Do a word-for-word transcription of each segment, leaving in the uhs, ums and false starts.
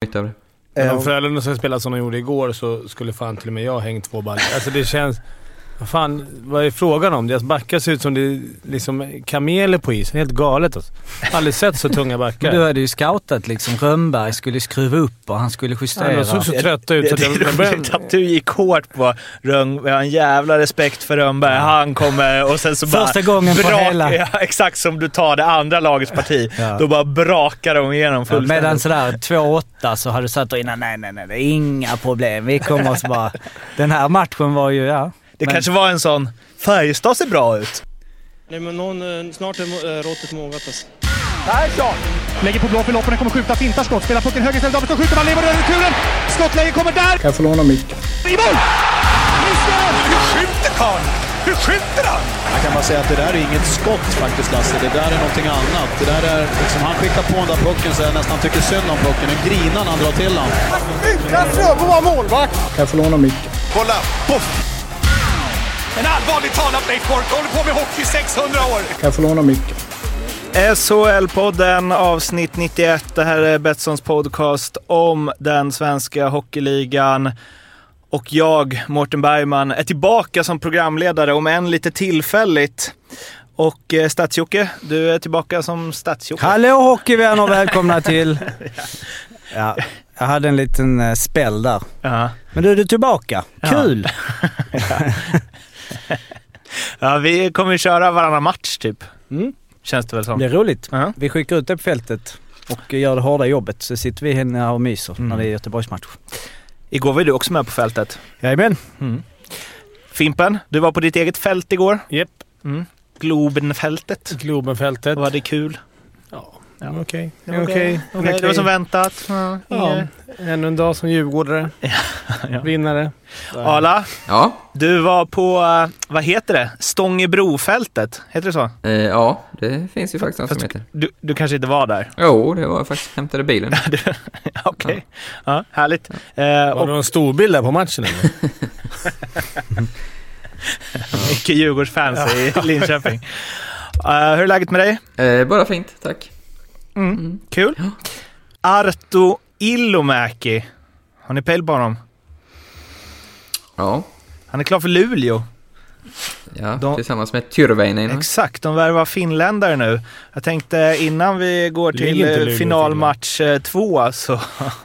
nytta av det. Men om Frölunda ska spela som de gjorde igår så skulle fan till och med jag hängt två baller. Alltså det känns... Vad fan, vad är frågan om? Deras backar ser ut som det är liksom kameler på isen. Helt galet alltså. Aldrig sett så tunga backar. Du hade ju scoutat liksom. Rönnberg skulle skruva upp och han skulle justera. Ja, de såg så trötta ut. Det, det, det, det är roligt att du gick hårt på Rönnberg. Vi har en jävla respekt för Rönnberg. Ja. Han kommer och sen så bara... Första gången brak, på hela... Ja, exakt som du tar det andra lagets parti. Ja. Då bara brakar de igenom fullständigt. Ja, medan sådär två åtta så hade du satt innan. Nej, nej, nej. Det är inga problem. Vi kommer oss bara... Den här matchen var ju... ja. Det men... kanske var en sån... Färjestad ser bra ut. Nej, men någon, snart är äh, råttet mogat alltså. Persson! Lägger på blå för loppen, kommer skjuta, fintar skott. Spelar pucken höger istället, Davidsson skjuter, man lever över returen. Skottläge kommer där! Kan jag få låna micken? I mål! Hur skjuter Karl? Hur skjuter han? Jag kan bara säga att det där är inget skott faktiskt, Lasse. Det där är någonting annat. Det där är liksom, han skickar på den där pucken så jag nästan tycker synd om pucken. En grinan han drar till han. Utan Fröbo var målvakt! Kan jag få låna micken? Kolla! Puff! En allvarlig talad Leif Boork håller på med hockey sexhundra år. Kan jag få låna micken? S H L-podden avsnitt nittioett. Det här är Betssons podcast om den svenska hockeyligan. Och jag, Mårten Bergman, är tillbaka som programledare, om än lite tillfälligt. Och eh, Stadsjocke, du är tillbaka som Stadsjocke. Hallå hockeyvänner, välkomna till... Ja, jag hade en liten uh, spel där. Uh-huh. Men du är du tillbaka. Kul! Ja. Ja, vi kommer att köra varannan match typ. Mm. Känns det väl som. Det är roligt. Uh-huh. Vi skickar ut det på fältet och gör det hårda jobbet. Så sitter vi här och myser mm. när det är Göteborgsmatch. Igår var du också med på fältet. Jajamän. Mm. Fimpen, du var på ditt eget fält igår. Japp. Mm. Globenfältet. Globenfältet. Var det kul? Ja. Ja, okej. Okay. Okay. Okay. Okay. Det var som väntat. Ja, ja. Ännu en dag som djurgårdare. Ja. Vinnare. Arla, ja. Du var på, vad heter det? Stångebrofältet. Heter det så? Eh, ja, det finns ju faktiskt något som heter. Du, du kanske inte var där? Jo, det var faktiskt hämtade bilen. Okej, okay. ja. ja, härligt. Ja. Eh, var och... det en stor bild där på matchen? Eller? Mycket Djurgårdsfans ja. i Linköping. Uh, hur är läget med dig? Eh, bara fint, tack. Mm. Mm. Kul. Ja. Arto Ilomäki. Har ni pejl på honom? Ja. Han är klar för Luleå. Ja, de, tillsammans med Tyrväinen. Exakt, de värvar finländare nu. Jag tänkte innan vi går till Luleå, finalmatch två så...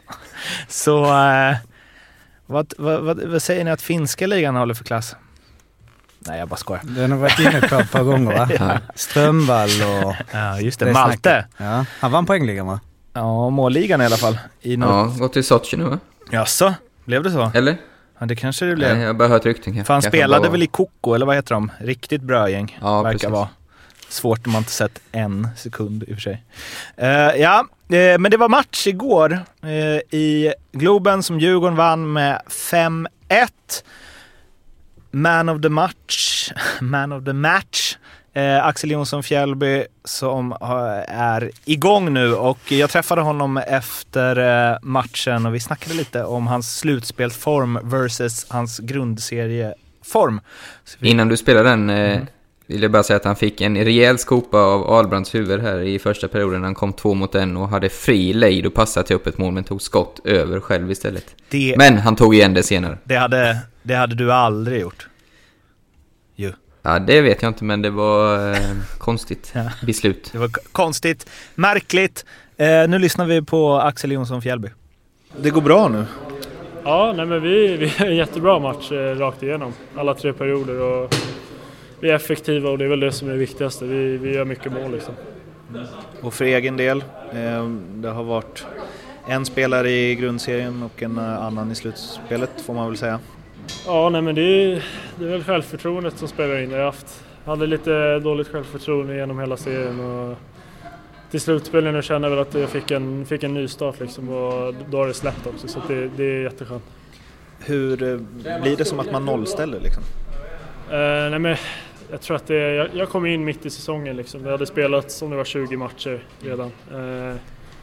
så uh, vad, vad, vad, vad säger ni att finska ligan håller för klass? Nej, jag bara skojar. Den har varit inne på ett par gånger, va? Ja. Strömvall och... Ja, just det. det Malte. Ja. Han vann poängligan, va? Ja, målligan i alla fall. I något... Ja, gått till Sochi nu, va? Jaså, blev det så? Eller? Ja, det kanske det blev. Nej, jag har bara hört rykten. För han spelade bara... väl i Koko, eller vad heter de? Riktigt bra gäng. Ja, verkar precis. Vara. Svårt om man inte sett en sekund i och för sig. Uh, ja, uh, men det var match igår uh, i Globen som Djurgården vann med fem ett. Man of the match, man of the match, eh, Axel Jonsson Fjällby som har, är igång nu och jag träffade honom efter eh, matchen och vi snackade lite om hans slutspelsform versus hans grundserieform. Vi... Innan du spelade den eh, mm. vill jag bara säga att han fick en rejäl skopa av Ahlbrands huvud här i första perioden. Han kom två mot en och hade fri lejd och passade till upp ett mål men tog skott över själv istället. Det... Men han tog igen det senare. Det hade... Det hade du aldrig gjort. Jo. Ja, det vet jag inte, men det var eh, konstigt ja. beslut. Det var k- konstigt, märkligt. Eh, nu lyssnar vi på Axel Jonsson Fjällby. Det går bra nu. Ja, nej men vi, vi är en jättebra match eh, rakt igenom. Alla tre perioder och vi är effektiva och det är väl det som är det viktigaste. Vi, vi gör mycket mål liksom. Och för egen del, eh, det har varit en spelare i grundserien och en annan i slutspelet får man väl säga. Ja, nej men det är, det är väl självförtroendet som spelar in. Jag har haft, hade lite dåligt självförtroende genom hela serien och till slutspelen jag känner väl att jag fick en, fick en ny start liksom och då har det släppt också så det, det är jätteskönt. Hur blir det som att man nollställer liksom? Uh, nej men jag tror att det, jag, jag kom in mitt i säsongen liksom. Jag hade spelat som det var tjugo matcher redan. Uh,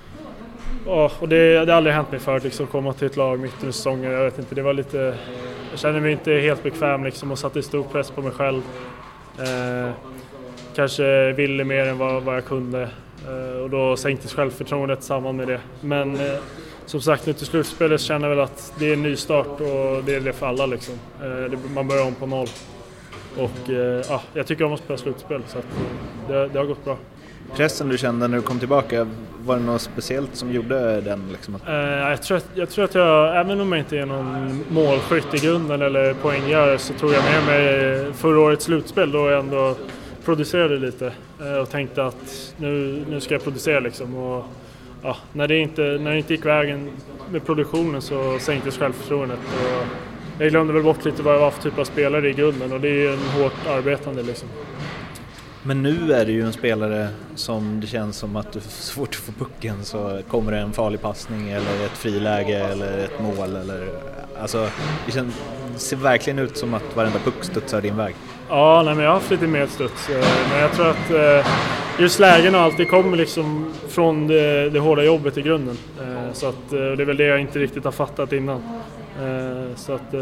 Ja, och det, det har aldrig hänt mig förut liksom, komma till ett lag mitt i säsongen. Jag vet inte, det var lite... Jag känner mig inte helt bekväm liksom, och satte stor press på mig själv. Eh, kanske ville mer än vad, vad jag kunde. Eh, och då sänktes självförtroendet samman med det. Men eh, som sagt, nu till slutspelet känner jag väl att det är en ny start och det är det för alla liksom. Eh, det, man börjar om på noll. Och eh, ja, jag tycker om att spela slutspel så att, eh, det, det har gått bra. Pressen du kände när du kom tillbaka, var det något speciellt som gjorde den? Liksom? Eh, jag, tror att, jag tror att jag, även om jag inte är någon målskytt i grunden eller poänggörare, så tror jag med mig förra årets slutspel då jag ändå producerade lite eh, och tänkte att nu, nu ska jag producera liksom. Och, ja, när, det inte, när det inte gick vägen med produktionen så sänktes självförtroendet. Och jag glömde väl bort lite vad jag var för typ av spelare i grunden och det är ju en hårt arbetande liksom. Men nu är det ju en spelare som det känns som att du så fort du får pucken så kommer det en farlig passning eller ett friläge eller ett mål. Eller, alltså, det, känns, det ser verkligen ut som att varenda puck studsar din väg. Ja, nej, men jag har haft lite medstuds. Men jag tror att just lägen och allt det kommer liksom från det, det hårda jobbet i grunden. Så att, det är väl det jag inte riktigt har fattat innan. Så att...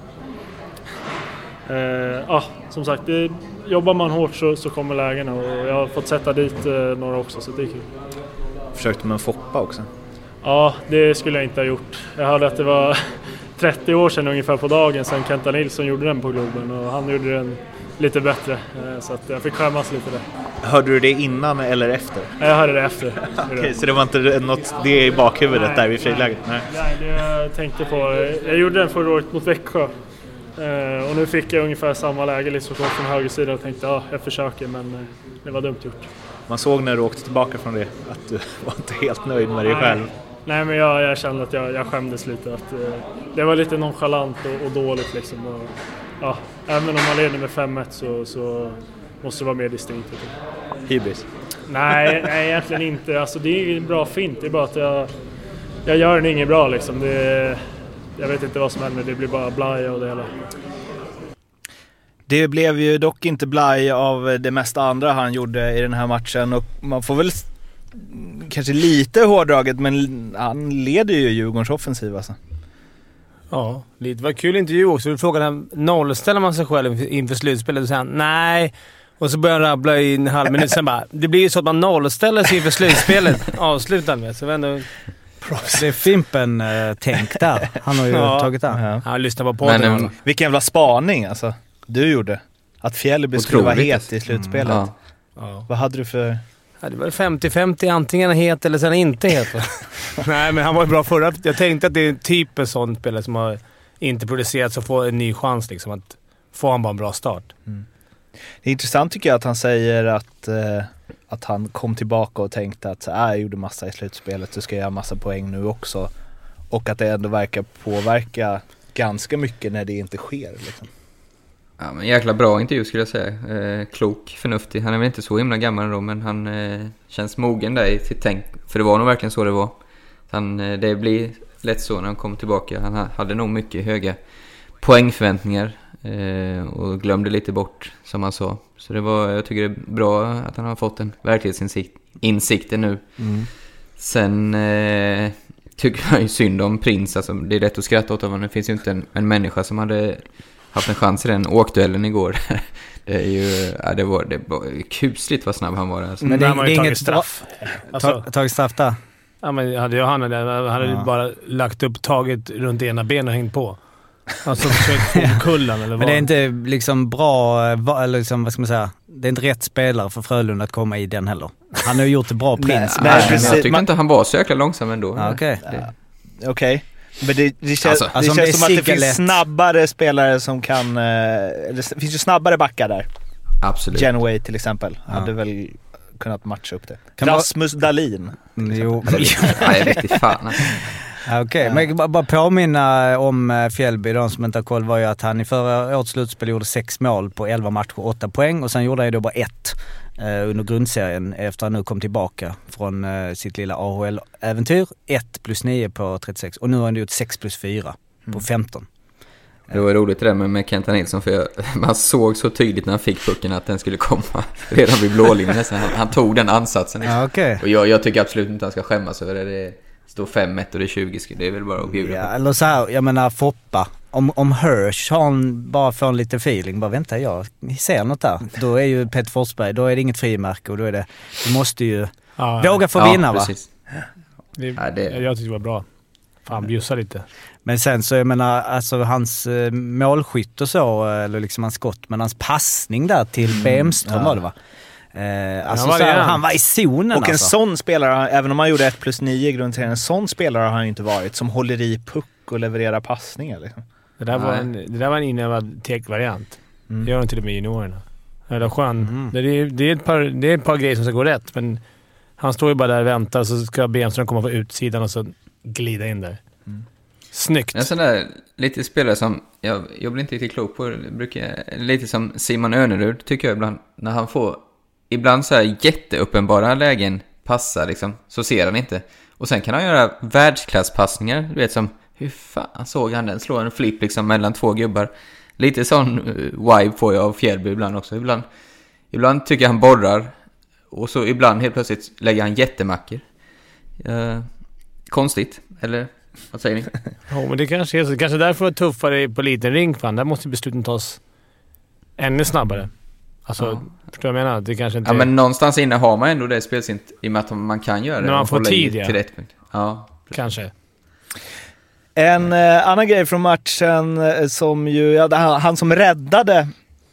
Uh, ja, som sagt, det, jobbar man hårt så, så kommer lägena och jag har fått sätta dit uh, några också så det är kul. Försökte man foppa också? Ja, det skulle jag inte ha gjort. Jag hörde att det var trettio år sedan ungefär på dagen sedan Kenta Nilsson gjorde den på Globen och han gjorde den lite bättre uh, så att jag fick skämmas lite där. Hörde du det innan eller efter? Jag hörde det efter. Okej, okay, så det var inte något det i bakhuvudet nej, där vid friläget? Nej. nej, det jag tänkte på. Jag gjorde den förra året mot Växjö. Uh, och nu fick jag ungefär samma läge liksom kom från höger sida och tänkte ja, jag försöker men uh, det var dumt gjort. Man såg när du åkte tillbaka från det att du var inte helt nöjd med dig Nej. själv. Nej men jag, jag kände att jag, jag skämdes lite att uh, det var lite nonchalant och, och dåligt liksom och, ja, även om man leder med fem ett så, så måste det vara mer distinkt. Hybris? Nej, nej egentligen inte, alltså det är bra fint, det är bara att jag, jag gör den inget bra liksom, det jag vet inte vad som händer, det blir bara blaj och det hela. Det blev ju dock inte blaj av det mesta andra han gjorde i den här matchen och man får väl kanske lite hårdraget men han leder ju Djurgårdens offensiv alltså. Ja, lite var kul intervju också. Du frågade nollställer man sig själv inför slutspelet och säger nej. Och så börjar han rabbla i en halv minut sen bara, det blir ju så att man nollställer sig inför slutspelet avslutar med. Så ändå... Det är Fimpen äh, tänkt där. Han har ju ja. tagit det. Ja. Han lyssnar på podden. Men, vilken jävla spaning alltså du gjorde. Att Fjällby skulle vara het i slutspelet. Mm, ja. Ja. Vad hade du för... Ja, det var femtio femtio, antingen het eller sen inte het. Nej, men han var bra förra. Jag tänkte att det är typ en sån spelare som har inte producerat så får en ny chans liksom. Att få han bara en bra start. Mm. Det är intressant tycker jag att han säger att... Eh, att han kom tillbaka och tänkte att äh, jag gjorde massa i slutspelet så ska jag göra massa poäng nu också. Och att det ändå verkar påverka ganska mycket när det inte sker. Liksom. Ja, men jäkla bra intervju skulle jag säga. Eh, klok, förnuftig. Han är väl inte så himla gammal då, men han eh, känns mogen där i sitt tänk. För det var nog verkligen så det var. Han, eh, det blir lätt så när han kom tillbaka. Han hade nog mycket höga poängförväntningar. Eh, och glömde lite bort som han sa. Så det var, jag tycker det är bra att han har fått en verklighetsinsikt insikten nu. Mm. Sen eh, tycker jag ju synd om Prins. Alltså, det är rätt att skratta åt honom. Det finns ju inte en, en människa som hade haft en chans i den åkduellen igår. Det är ju ja, det var, det var kusligt vad snabb han var. Alltså. Men det, det, det är inget straff. Alltså, tagit straff där? Ja, men hade jag han hade, hade ja. bara lagt upp taget runt ena benen och hängt på. Alltså försökt få kullan eller vad? Men det är inte liksom bra, eller liksom, vad ska man säga, det är inte rätt spelare för Frölunda att komma i den heller. Han har ju gjort det bra, Prins. Nej, nej, jag tycker man... inte han var så jäkla långsam ändå. Ja, okej. Okay. Ja. Okay. Men det, det känns, alltså, det alltså känns det som att det finns snabbare spelare som kan... Det finns ju snabbare backar där. Absolut. Genway till exempel. Ja. Hade väl kunnat matcha upp det. Kan Rasmus man... Dahlin. Jo. Nej, jag vet inte fan. Okej, okay. Men bara påminna om Fjällby, de som inte har koll, var ju att han i förra årets slutspel gjorde sex mål på elva matcher, åtta poäng. Och sen gjorde han ju då bara ett eh, under grundserien efter att han nu kom tillbaka från eh, sitt lilla A H L-äventyr. ett plus nio på trettiosex. Och nu har han gjort sex plus fyra på mm. femton. Det var roligt det där med, med Kenta Nilsson, för jag, man såg så tydligt när han fick pucken att den skulle komma redan vid blålinjen. Han, han tog den ansatsen. Liksom. Ja, okay. Och jag, jag tycker absolut inte att han ska skämmas över det. Det står fem ett och det är tjugo, det är väl bara att bjuda. Ja, eller så här, jag menar Foppa. Om, om Hirsch har en, bara får en liten feeling, bara vänta, jag ser något där. Då är ju Peter Forsberg, då är det inget frimärke och då är det, du måste ju ja, våga få ja, vinna precis. Va? Det, ja, det. Jag tycker det var bra. Fan, bjussa lite. Men sen så, jag menar, alltså hans eh, målskytt och så, eller liksom hans skott, men hans passning där till mm, Bemström ja. var det va? Eh, alltså han, var så här, han var i zonen. Och alltså. En sån spelare, även om han gjorde ett plus nio i grundserien, en sån spelare har han ju inte varit, som håller i puck och levererar passningar liksom. Det där, var en, det där var en inövad tek-variant. Mm. Det gör de till och med juniorerna. Det är skön. Mm. Det, är, det, är ett par, det är ett par grejer som ska gå rätt, men han står ju bara där och väntar, så ska Bemström komma på utsidan och så glida in där. Mm. Snyggt. En sån där lite spelare som jag, jag blir inte riktigt klok på, brukar, lite som Simon Önerud tycker jag ibland, när han får ibland så här jätteuppenbara lägen passa liksom, så ser han inte. Och sen kan han göra världsklasspassningar, du vet, som hur fan såg han den slå en flip liksom mellan två gubbar. Lite sån uh, vibe får jag av Fjällby ibland också. Ibland, ibland tycker jag han borrar, och så ibland helt plötsligt lägger han jättemackor. Uh, konstigt, eller vad säger ni? Ja, men det kanske är så. Kanske därför var det tuffare på liten ring, fan. Där måste besluten tas ännu snabbare. Alltså, ja. Förstår jag menar? Det kanske inte... Ja, men någonstans inne har man ändå det spelsint i och med att man kan göra det. När man får tid, ja. Till rätt punkt. Ja, kanske. En eh, annan grej från matchen eh, som ju, ja, han, han som räddade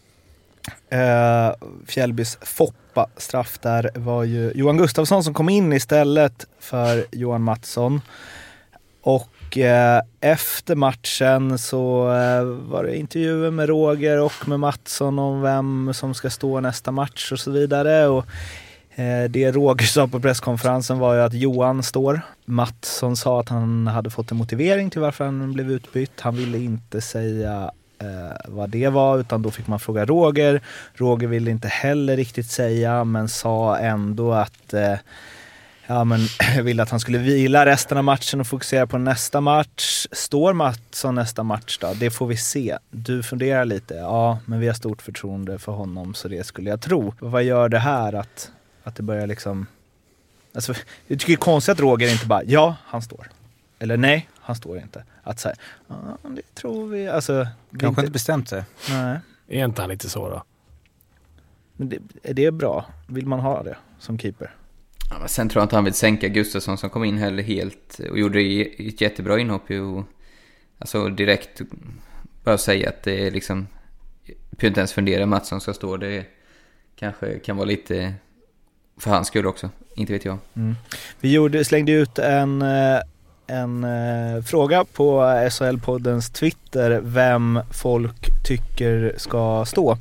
eh, Fjällbys Foppa-straff där var ju Johan Gustafsson, som kom in istället för Johan Mattsson. Och eh, efter matchen så eh, var det intervjuer med Roger och med Mattsson om vem som ska stå nästa match och så vidare. Och eh, det Roger sa på presskonferensen var ju att Johan står. Mattsson sa att han hade fått en motivering till varför han blev utbytt. Han ville inte säga eh, vad det var, utan då fick man fråga Roger. Roger ville inte heller riktigt säga, men sa ändå att eh, ja, men jag ville att han skulle vila resten av matchen och fokusera på nästa match. Står Mattsson nästa match då? Det får vi se. Du funderar lite. Ja, men vi har stort förtroende för honom, så det skulle jag tro. Vad gör det här att, att det börjar liksom... Alltså, jag tycker det är konstigt att Roger inte bara, ja, han står. Eller nej, han står inte. Att säga, ja, det tror vi. Alltså, kanske inte, inte bestämt sig. Nej. Är inte han lite så då? Men det, är det bra? Vill man ha det som keeper? Ja, men sen tror jag inte han vill sänka Gustafsson som kom in heller helt och gjorde ett jättebra inhopp. Och, alltså direkt bara säga att det är liksom, jag inte ens fundera Mattsson ska stå. Det kanske kan vara lite för hans skull också, inte vet jag. Mm. Vi gjorde, slängde ut en, en uh, fråga på S H L-poddens Twitter vem folk tycker ska stå.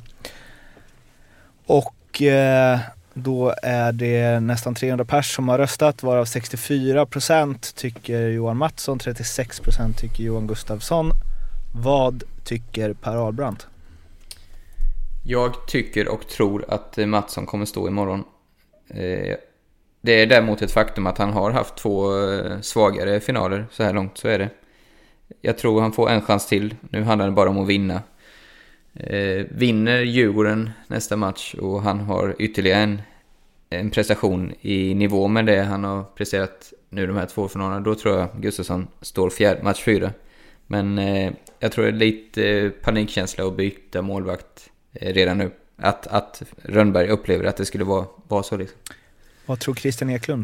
Och uh, då är det nästan trehundra pers som har röstat, varav sextiofyra procent tycker Johan Mattsson, trettiosex procent tycker Johan Gustafsson. Vad tycker Per Ahlbrandt? Jag tycker och tror att Mattsson kommer stå imorgon. Det är däremot ett faktum att han har haft två svagare finaler så här långt, så är det. Jag tror han får en chans till. Nu handlar det bara om att vinna. Vinner Djurgården nästa match och han har ytterligare en, en prestation i nivå med det han har presterat nu de här två finalerna, då tror jag Gustafsson står fjärde, match fyra. Men jag tror det är lite panikkänsla att byta målvakt redan nu. Att, att Rönnberg upplever att det skulle vara, vara så liksom. Vad tror Christian Eklund?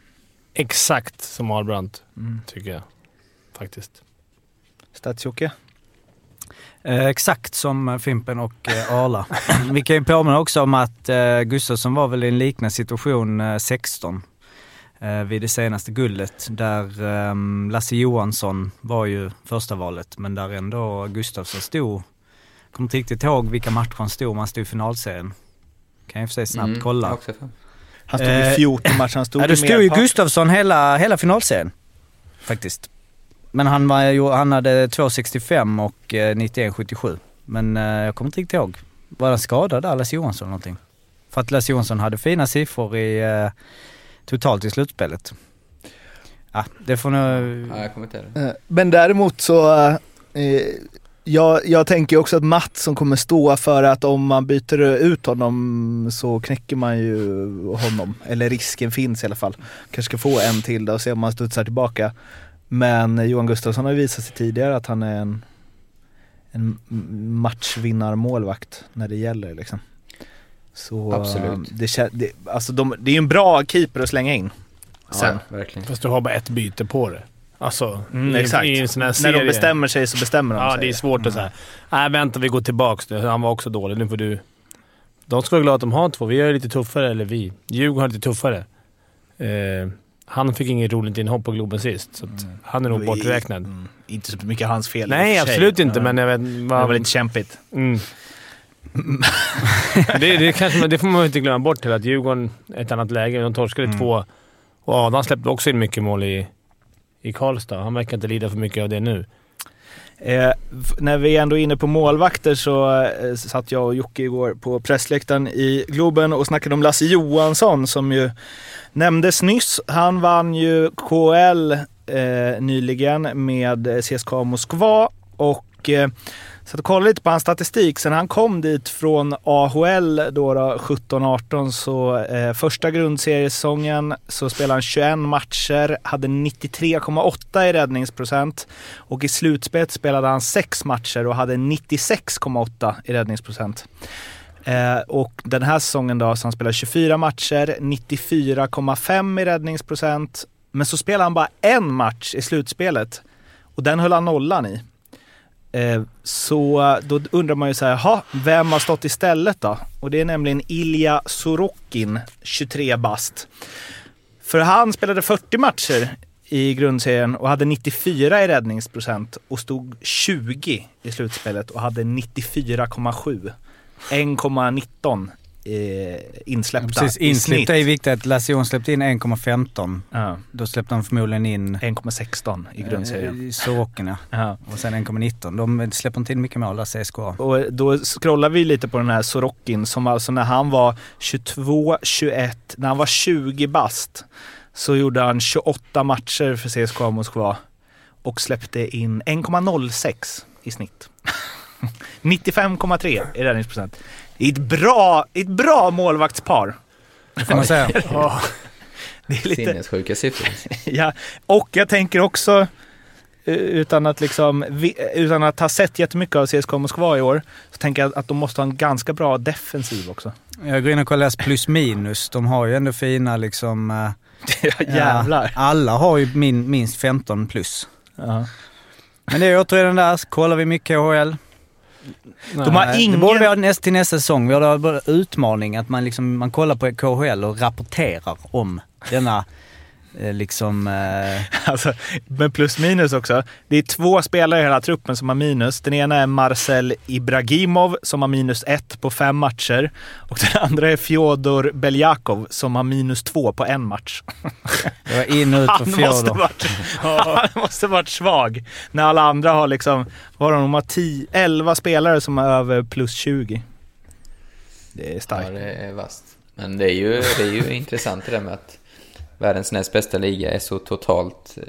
Exakt som Ahlbrandt, mm. tycker jag. Faktiskt. Stadsjocke? Eh, exakt som Fimpen och eh, Arla. Vi kan ju påminna också om att eh, Gustafsson var väl i en liknande situation eh, sexton eh, vid det senaste guldet. Där eh, Lasse Johansson var ju första valet, men där ändå Gustafsson stod. Kommer inte riktigt ihåg vilka matcher han stod, man stod i finalserien. Kan jag för sig snabbt mm, kolla. Han stod i fjorton matcher, han stod eh, i Det stod ju Gustafsson hela, hela finalserien, faktiskt. Men han, var, han hade två sextiofem och eh, nittioett sjuttiosju. Men eh, jag kommer inte riktigt ihåg. Var han skadad där, Lasse Johansson någonting? För att Lasse Johansson hade fina siffror i eh, totalt i slutspelet. Ja, det får nu... Ja, jag kommer inte ihåg. Men däremot så... Eh, jag, jag tänker också att Mattsson kommer stå, för att om man byter ut honom så knäcker man ju honom. Eller risken finns i alla fall. Kanske ska få en till då och se om man studsar tillbaka. Men Johan Gustafsson har visat sig tidigare att han är en, en matchvinnarmålvakt när det gäller liksom. Så absolut. Det, det, alltså de, det är ju en bra keeper att slänga in. Sen. Ja, verkligen. Fast du har bara ett byte på det. Alltså, mm, i, exakt. i en sån här serie. När de bestämmer sig så bestämmer de ja, sig. Ja, det är svårt att säga. Nej, vänta, vi går tillbaka nu. Han var också dålig. Nu får du... De ska vara glada att de har två. Vi är lite tuffare, eller vi. Djurgården har lite tuffare. Eh, han fick inget roligt inhopp på Globen sist, så att mm. han är nog borträknad. Mm. Inte så mycket hans fel. Nej, absolut inte, men jag vet... Vad... Det var lite kämpigt. Mm. det, det, kanske, det får man inte glömma bort till att Djurgården är ett annat läge. De torskade mm. två. Och Adam släppte också in mycket mål i, i Karlstad. Han verkar inte lida för mycket av det nu. Eh, när vi ändå är inne på målvakter så eh, satt jag och Jocke igår på pressläktaren i Globen och snackade om Lasse Johansson som ju nämndes nyss. Han vann ju K H L eh, nyligen med C S K A Moskva och eh, så att kolla lite på hans statistik. Sen han kom dit från A H L då, då sjutton arton, så eh, första grundseriesäsongen så spelade han tjugoett matcher, hade nittiotre komma åtta i räddningsprocent, och i slutspelet spelade han sex matcher och hade nittiosex komma åtta i räddningsprocent. Eh, och den här säsongen då så han spelade tjugofyra matcher, nittiofyra komma fem i räddningsprocent, men så spelade han bara en match i slutspelet och den höll han nollan i. Så då undrar man ju så här, ha, vem har stått istället då? Och det är nämligen Ilja Sorokin, tjugotre bast. För han spelade fyrtio matcher i grundserien och hade nittiofyra i räddningsprocent och stod tjugo i slutspelet och hade nittiofyra komma sju. en komma nitton eh, insläppta. Ja, precis, insläppta är viktigt. Att Lasse Johansson släppte in en komma femton. Ja. Då släppte han förmodligen in en komma sexton i grundserien. I Sorokin, ja. Ja. Och sen en komma nitton. De släpper inte in mycket mål, C S K A. Och då scrollar vi lite på den här Sorokin som alltså när han var tjugotvå tjugoett, när han var tjugo bast, så gjorde han tjugoåtta matcher för C S K A Moskva och släppte in en komma noll sex i snitt. nittiofem komma tre i räddningsprocent. Det är ett bra, ett bra målvaktspar. Det får man säga. Ja. Det är lite sinnessjuka siffror. Ja, och jag tänker också utan att liksom utan att ha sett jättemycket av C S K A Moskva i år, så tänker jag att de måste ha en ganska bra defensiv också. Jag går in och kollar plus minus. De har ju ändå fina liksom ja, jävlar. Ja, alla har ju min, minst femton plus. Ja. Men det är återigen där, kollar vi mycket K H L. De har ingen... Det borde vi ha näst till nästa säsong. Vi har bara utmaning att man, liksom, man kollar på K H L och rapporterar om denna eh, liksom... Eh... Alltså, men plus minus också. Det är två spelare i hela truppen som har minus. Den ena är Marcel Ibragimov som har minus ett på fem matcher. Och den andra är Fjodor Beljakov som har minus två på en match. Det var in och ut på Fjodor. Måste varit, han måste varit svag. När alla andra har liksom... Var de har tio, elva spelare som är över plus tjugo. Det är starkt. Ja, det är vast. Men det är ju, det är ju intressant det där med att världens näst bästa liga är så totalt...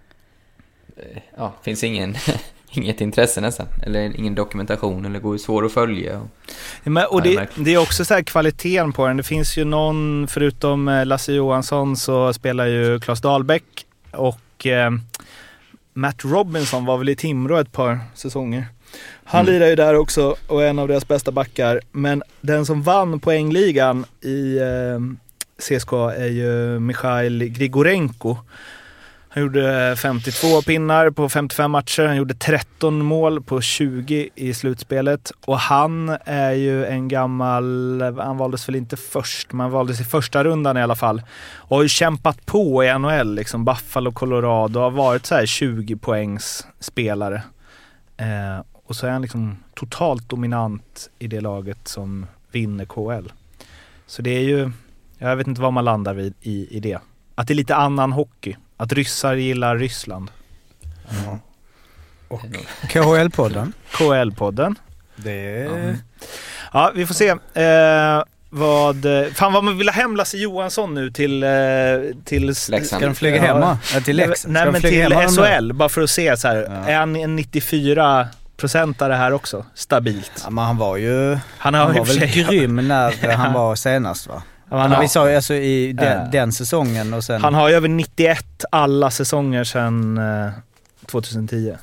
Eh, ja, finns ingen... Inget intresse nästan, eller ingen dokumentation, eller går ju svår att följa. Och, ja, men, och det, det är också så här kvaliteten på den. Det finns ju någon, förutom Lasse Johansson så spelar ju Claes Dahlbäck och eh, Matt Robinson var väl i Timrå ett par säsonger. Han mm. lirar ju där också och är en av deras bästa backar. Men den som vann poängligan i eh, C S K A är ju Mikhail Grigorenko. Han gjorde femtiotvå pinnar på femtiofem matcher. Han gjorde tretton mål på tjugo i slutspelet. Och han är ju en gammal... Han valdes väl inte först, men han valdes i första rundan i alla fall. Och har ju kämpat på i N H L, liksom Buffalo, Colorado. Har varit så här tjugo poängs spelare. Eh, och så är han liksom totalt dominant i det laget som vinner K H L. Så det är ju... Jag vet inte vad man landar vid i, i det. Att det är lite annan hockey. Att ryssar gillar Ryssland. Ja. Och K H L-podden. K H L-podden. Det är... Ja, ja vi får se. Eh, vad... Fan vad man vill ha hem Lasse Johansson nu till... Eh, till Leksand. Ska de flyga hemma? Ja, till Leksand. Nej, men till S H L. Bara för att se så här. Ja. Är han en nittiofyra procent av det här också? Stabilt. Ja, men han var ju... Han, har han var väl grym när han var senast, va? Han har, vi sa ju alltså i den, äh. den säsongen och sen... Han har ju över nittioett alla säsonger sedan eh, tjugohundratio.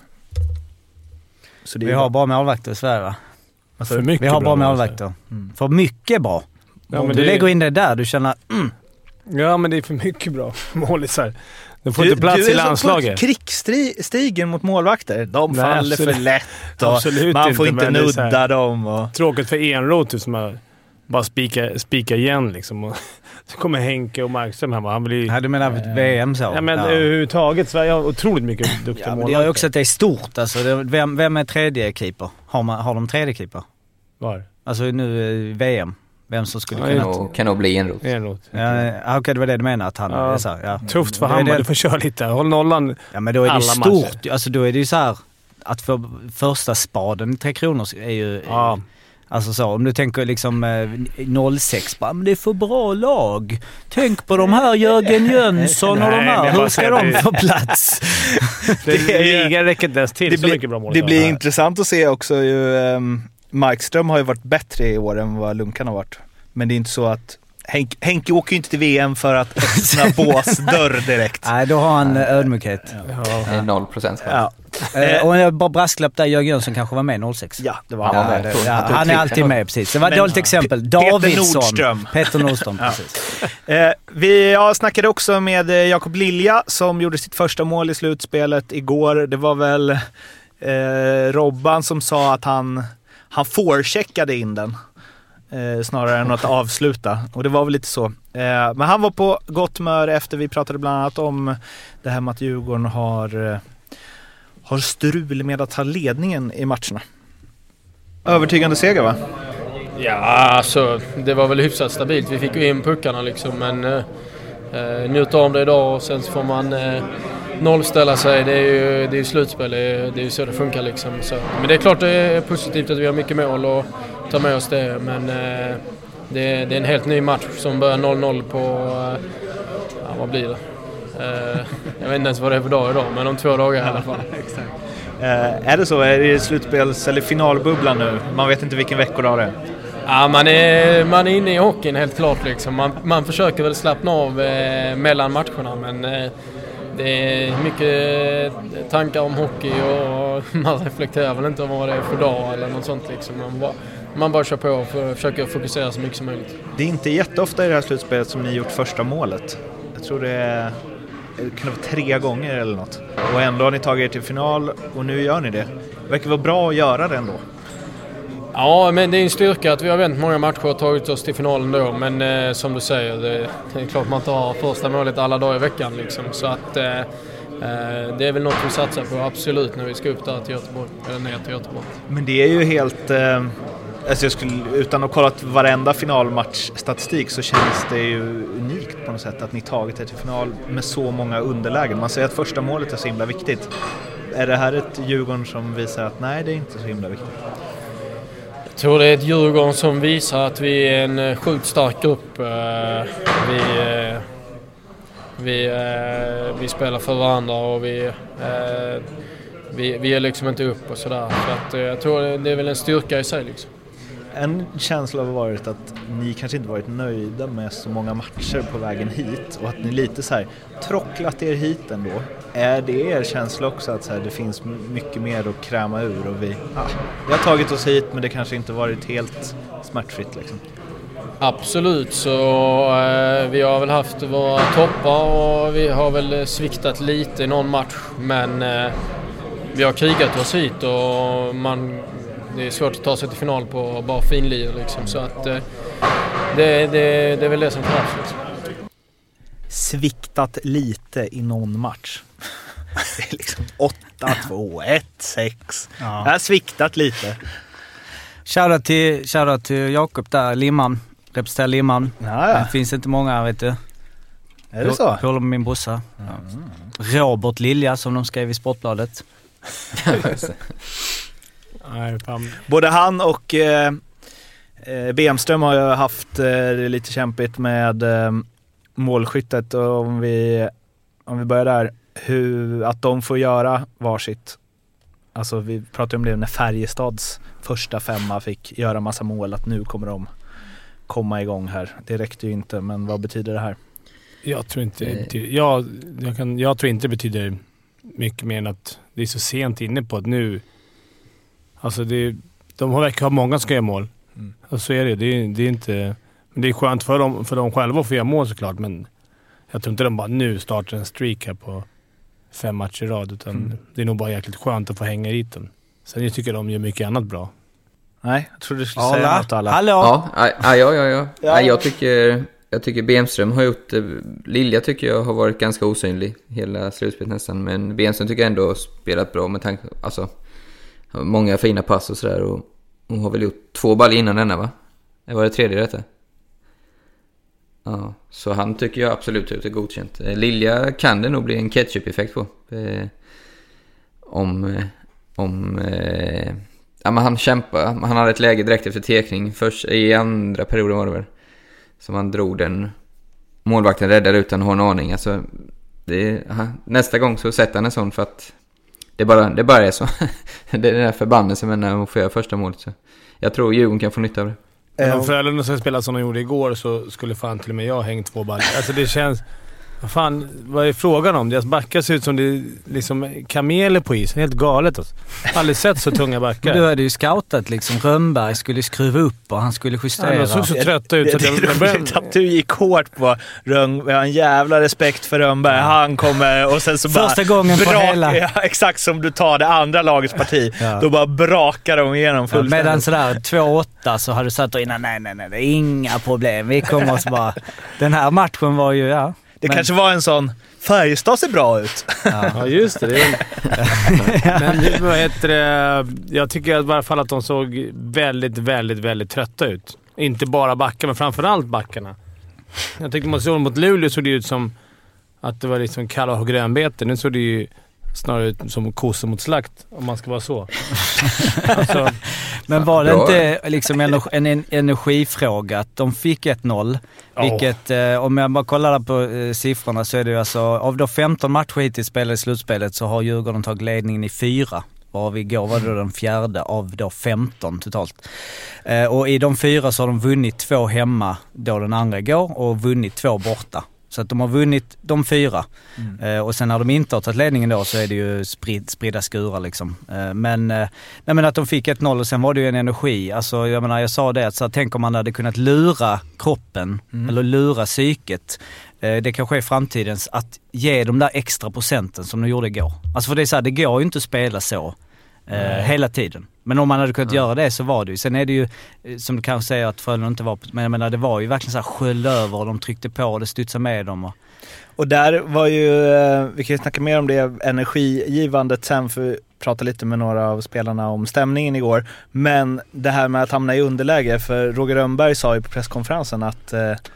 Så det vi har bra målvakter i Sverige, va? Alltså, för mycket vi har bra, bra målvakter. Mm. För mycket bra. Ja, om men du det lägger är... in det där, du känner... Mm. Ja, men det är för mycket bra målisar. De får du, inte plats du i landslaget. Krigsstigen mot målvakter. De Nej, faller absolut. för lätt. Och absolut man får inte, inte nudda dem. Och... Tråkigt för Enroth som är bara spika, spika igen liksom. Och så kommer Henke och Markström här. Han blir... Nej, du menar äh, V M så? Ja, men ja. överhuvudtaget. Sverige har otroligt mycket duktiga ja, målvakter. Det gör ju också att det är stort. Alltså, det, vem, vem är tredje keeper? Har, man, har de tredje keeper? Var? Alltså nu V M. Vem som skulle ja, kunna... Kan nog bli Enroth. Enroth. Ja, okej, okay, det var det du menar att han ja. är så här, ja. Tufft för Hammar, du får köra lite. Håll nollan. Ja, men då är det stort. Matcher. Alltså då är det ju så här att för första spaden i Tre Kronor är ju... Ja. Alltså så, om du tänker liksom eh, noll sex, bara, men det är för bra lag. Tänk på de här Jörgen Jönsson och de här. Hur ska de få plats? det det räcker inte ens till det så blir, mycket bra mål. Det blir intressant att se också ju... Um, Markström har ju varit bättre i år än vad Lunkan har varit. Men det är inte så att... Henk, Henke åker ju inte till V M för att öppna båsdörr direkt. Nej, då har han ödmjukhet. Ja. Det är noll procent. Ja. Eh, och jag bara brasklapp där, Jörgen Jönsson kanske var med noll sex. Ja, det var han. Ja, det, ja, han är alltid med, precis. Det var ett dåligt exempel. Davidsson. Nordström. Peter Nordström, precis. Eh, vi jag snackade också med Jakob Lilja som gjorde sitt första mål i slutspelet igår. Det var väl eh, Robban som sa att han, han forecheckade in den. Eh, snarare än att avsluta. Och det var väl lite så. Eh, men han var på gott humör efter vi pratade bland annat om det här med att Djurgården har, eh, har strul med att ta ledningen i matcherna. Övertygande seger, va? Ja, alltså det var väl hyfsat stabilt. Vi fick ju in puckarna liksom, men eh, njuta om det idag och sen så får man eh, nollställa sig. Det är ju det är slutspel, det är, det är ju så det funkar liksom. Så. Men det är klart det är positivt att vi har mycket mål och ta med oss det, men eh, det, det är en helt ny match som börjar noll noll på, eh, ja, vad blir det? Eh, jag vet inte ens vad det är för dag idag, men om två dagar i alla fall. Exakt. Eh, är det så? Är det slutspels- eller finalbubblan nu? Man vet inte vilken veckodag det är. Ja, man är, man är inne i hockeyn helt klart liksom. Man, man försöker väl slappna av eh, mellan matcherna, men eh, det är mycket tankar om hockey och man reflekterar väl inte om vad det är för dag eller något sånt liksom. Man bara, man bara kör på och försöker fokusera så mycket som möjligt. Det är inte jätteofta i det här slutspelet som ni gjort första målet. Jag tror det är, det kan vara tre gånger eller något. Och ändå har ni tagit er till final och nu gör ni det. Det verkar vara bra att göra det ändå. Ja, men det är en styrka att vi har vänt många matcher och tagit oss till finalen då. Men eh, som du säger, det, det är klart man tar första målet alla dagar i veckan liksom. Så att eh, det är väl något vi satsar på absolut när vi ska upp där till Göteborg, eller ner till Göteborg. Men det är ju helt... Eh, alltså jag skulle, utan att kolla varenda finalmatchstatistik så känns det ju unikt på något sätt att ni tagit er till final med så många underlägen. Man säger att första målet är så himla viktigt. Är det här ett Djurgården som visar att nej, det är inte så himla viktigt? Jag tror det är ett Djurgården som visar att vi är en sjukt stark grupp. Vi, vi, vi spelar för varandra och vi, vi, vi är liksom inte upp och sådär. Så att jag tror det är väl en styrka i sig liksom. En känsla har varit att ni kanske inte varit nöjda med så många matcher på vägen hit och att ni lite så här trocklat er hit ändå. Är det er känsla också att så här, det finns mycket mer att kräma ur och vi, ja, vi har tagit oss hit men det kanske inte varit helt smärtfritt liksom? Absolut, så eh, vi har väl haft våra toppar och vi har väl sviktat lite i någon match, men eh, vi har krigat oss hit och man, det är svårt att ta sig till final på bara finlir liksom, så att eh, det, det, det är väl det som krävs liksom. Sviktat lite i någon match. Det är liksom åtta två ett sex. Ja. Jag har sviktat lite. Shoutout till, shoutout till Jakob där, Limman. Representerar Limman. Ja, ja. Det finns inte många, vet du. Är det så? Jag håller med min brorsa. Mm. Robert Lilja, som de skrev i Sportbladet. Både han och eh, Bemström har ju haft eh, lite kämpigt med eh, målskyttet, och om vi, om vi börjar där, hur, att de får göra varsitt. Alltså vi pratade om det när Färjestads första femma fick göra massa mål, att nu kommer de komma igång här. Det räckte ju inte, men vad betyder det här? Jag tror inte det betyder, jag, jag, kan, jag tror inte det betyder mycket mer än att det är så sent inne på att nu, alltså det, de har verkar ha många som ska göra mål. Mm. Och så är det, det är, det är inte, men det är skönt för dem, för dem själva att få göra mål såklart, men Jag tror inte de bara nu startar en streak här på fem matcher i rad, utan mm. det är nog bara jäkligt skönt att få hänga i den. Sen jag tycker de gör mycket annat bra. Nej, jag tror du skulle Alla. säga något alla. Hallå? Ja, ja, ja, ja. ja. ja. Jag tycker... Jag tycker Bemström har gjort... Lilja tycker jag har varit ganska osynlig hela slutspelet nästan. Men Bemström tycker jag ändå har spelat bra med tanke... Alltså, många fina pass och sådär. Och hon har väl gjort två ball innan denna, va? Det var det tredje detta. Ja, så han tycker jag absolut är godkänt. Lilja kan det nog bli en ketchup-effekt på. Eh, om... om eh, ja, men han kämpar. Han hade ett läge direkt efter tekning. Först i andra perioden var det väl. Som han drog den. Målvakten räddade utan att ha en aning. Alltså, det, nästa gång så sätter han en sån för att det bara, det bara är så. Det är den där förbannelsen när man får göra första målet. Så jag tror Djurgården kan få nytta av det. Men om Frölunda ska spela som de gjorde igår så skulle fan till och med jag hängt två baller. Alltså det känns... Vad fan, vad är frågan om? Deras backar ser ut som det är liksom kameler på isen. Helt galet alltså. Aldrig sett så tunga backar. Du hade ju scoutat liksom. Rönnberg skulle skruva upp och han skulle justera. Ja, de såg så trötta ut. Det, det, det, det är roligt att du gick hårt på Rönnberg. Vi har en jävla respekt för Rönnberg. Han kommer och sen så bara... Första gången brak, på hela... Ja, exakt som du tar det andra lagets parti. Ja. Då bara brakar de igenom fullständigt. Ja, medan sådär två åtta så hade du satt innan. Nej, nej, nej. Det är inga problem. Vi kommer oss bara... Den här matchen var ju... ja. Det men... kanske var en sån... Färjestad ser bra ut. Ja, ja just det. det är... Men vad heter det? Jag tycker i alla fall att de såg väldigt, väldigt, väldigt trötta ut. Inte bara backarna, men framförallt backarna. Jag tyckte mot, mot Luleå såg det ut som att det var liksom kalla och grönbete. Nu såg det ju snarare ut som kossor mot slakt, om man ska vara så. Alltså, men var det inte liksom en, en energifråga att de fick ett noll? Oh. Vilket, eh, om jag bara kollar på eh, siffrorna så är det ju alltså, av de femton matcher hittills spelade i slutspelet så har Djurgården tagit ledningen i fyra. Och igår var det den fjärde av då femton totalt. Eh, och i de fyra så har de vunnit två hemma då den andra går och vunnit två borta. Så att de har vunnit de fyra. Mm. Eh, och sen när de inte har tagit ledningen då så är det ju sprid, spridda skurar liksom. Eh, men, eh, nej, men att de fick ett noll och sen var det ju en energi. Alltså jag menar, jag sa det att så, tänk om man hade kunnat lura kroppen mm. eller lura psyket. Eh, det kanske är framtidens att ge de där extra procenten som de gjorde igår. Alltså för det är så här, det går ju inte att spela så. Eh, hela tiden. Men om man hade kunnat ja. göra det så var det ju. Sen är det ju, som du kanske säger att Frölunda inte var, men jag menar det var ju verkligen så här sköld över och de tryckte på och det studsade med dem. Och, och där var ju, vi kan ju snacka mer om det energigivandet sen för vi pratade lite med några av spelarna om stämningen igår. Men det här med att hamna i underläge, för Roger Rönnberg sa ju på presskonferensen att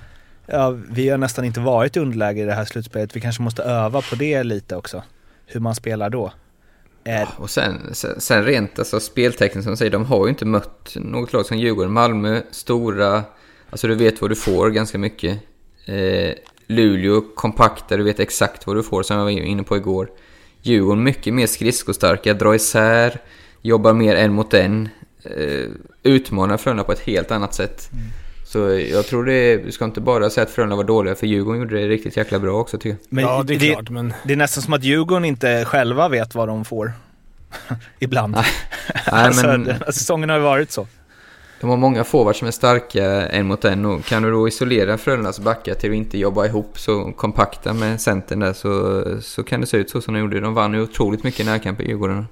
ja, vi har nästan inte varit i underläge i det här slutspelet. Vi kanske måste öva på det lite också. Hur man spelar då. Ja, och sen, sen, sen rent alltså speltecken som säger, de har ju inte mött något lag som Djurgården, Malmö, stora, alltså du vet vad du får ganska mycket. Eh, Luleå, kompakta, du vet exakt vad du får som jag var inne på igår. Djurgården mycket mer skridskostarka, dra isär, jobbar mer en mot en, eh, utmanar Frölunda på ett helt annat sätt. Mm. Så jag tror det, du ska inte bara säga att Frölunda var dåliga, för Djurgården gjorde det riktigt jäkla bra också tycker jag. Men ja, det är det, klart, men... det är nästan som att Djurgården inte själva vet vad de får. Ibland. Nej, alltså, men... den, säsongen har ju varit så. De har många forwards som är starka en mot en, och kan du då isolera Frölundas backar till att inte jobba ihop så kompakta med centern där, så, så kan det se ut så som de gjorde. De vann ju otroligt mycket närkamp i Djurgården.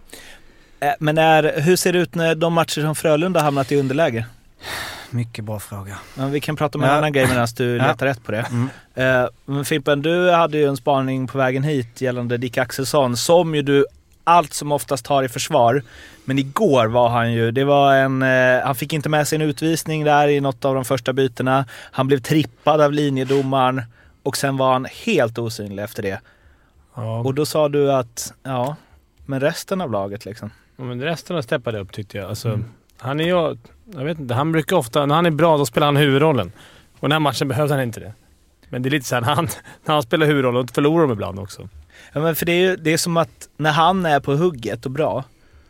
Men är, hur ser det ut när de matcher som Frölunda hamnat i underläge? Mycket bra fråga. Men vi kan prata om en ja. annan grej medan du ja. letar rätt på det. Mm. Uh, men Fimpen, du hade ju en spaning på vägen hit gällande Dick Axelsson, som ju du allt som oftast tar i försvar. Men igår var han ju, det var en, uh, han fick inte med sig en utvisning där i något av de första bytena. Han blev trippad av linjedomaren och sen var han helt osynlig efter det. Ja. Och då sa du att, ja, men resten av laget liksom. Ja, men resten har steppat upp tyckte jag. Alltså, mm. han är ju, jag vet inte, han brukar ofta, när han är bra då spelar han huvudrollen. Och den här matchen behövde han inte det. Men det är lite så här, när han, när han spelar huvudrollen förlorar de ibland också. Ja, men för det är ju, det är som att när han är på hugget och bra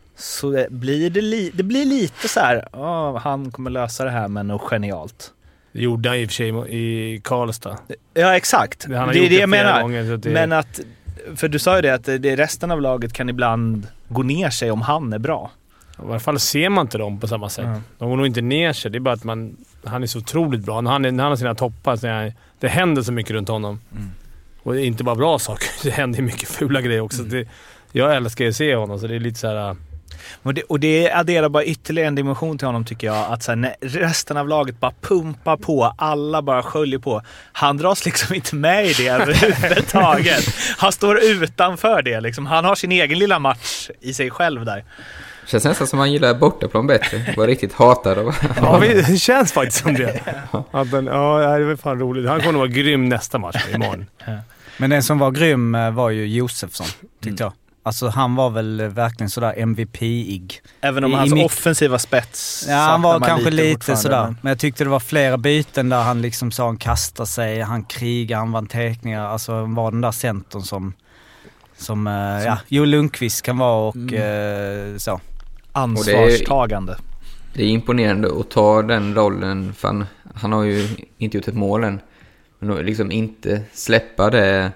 så blir det, li, det blir lite så här, oh, han kommer lösa det här med något genialt. Det gjorde han i och för sig i Karlstad. Ja, exakt. Det, han det är det jag menar. Gånger, det... Men att, för du sa ju det att det, resten av laget kan ibland gå ner sig om han är bra. I alla fall ser man inte dem på samma sätt. Mm. De går nog inte ner sig. Det är bara att man, han är så otroligt bra. När han, är, när han har sina toppar så är, det händer så mycket runt honom. Mm. Och det är inte bara bra saker. Det händer mycket fula grejer också. Mm. Det, jag älskar att se honom, så det är lite så här... Och det, och det adderar bara ytterligare en dimension till honom, tycker jag. Att så här, när resten av laget bara pumpar på, alla bara sköljer på. Han dras liksom inte med i det överhuvudtaget. Han står utanför det. Liksom. Han har sin egen lilla match i sig själv där. Det känns nästan som han gillar bortaplan bättre. Var riktigt hatad av. Ja, det känns faktiskt som det. Att den, ja, det var fan roligt. Han kommer att vara grym nästa match imorgon. Men den som var grym var ju Josefsson, tyckte mm. jag. Alltså han var väl verkligen sådär M V P-ig. Även om I, hans i offensiva spets. Ja, han var kanske lite, lite sådär. Men... men jag tyckte det var flera byten där han liksom sa han kastar sig, han krigar, han vann teckningar. Alltså han var den där centern som, som, som... ja, Jo Lundqvist kan vara och mm. eh, så. Ansvarstagande. Det är, det är imponerande att ta den rollen. För han, han har ju inte gjort ett mål än. Men liksom inte släppa det.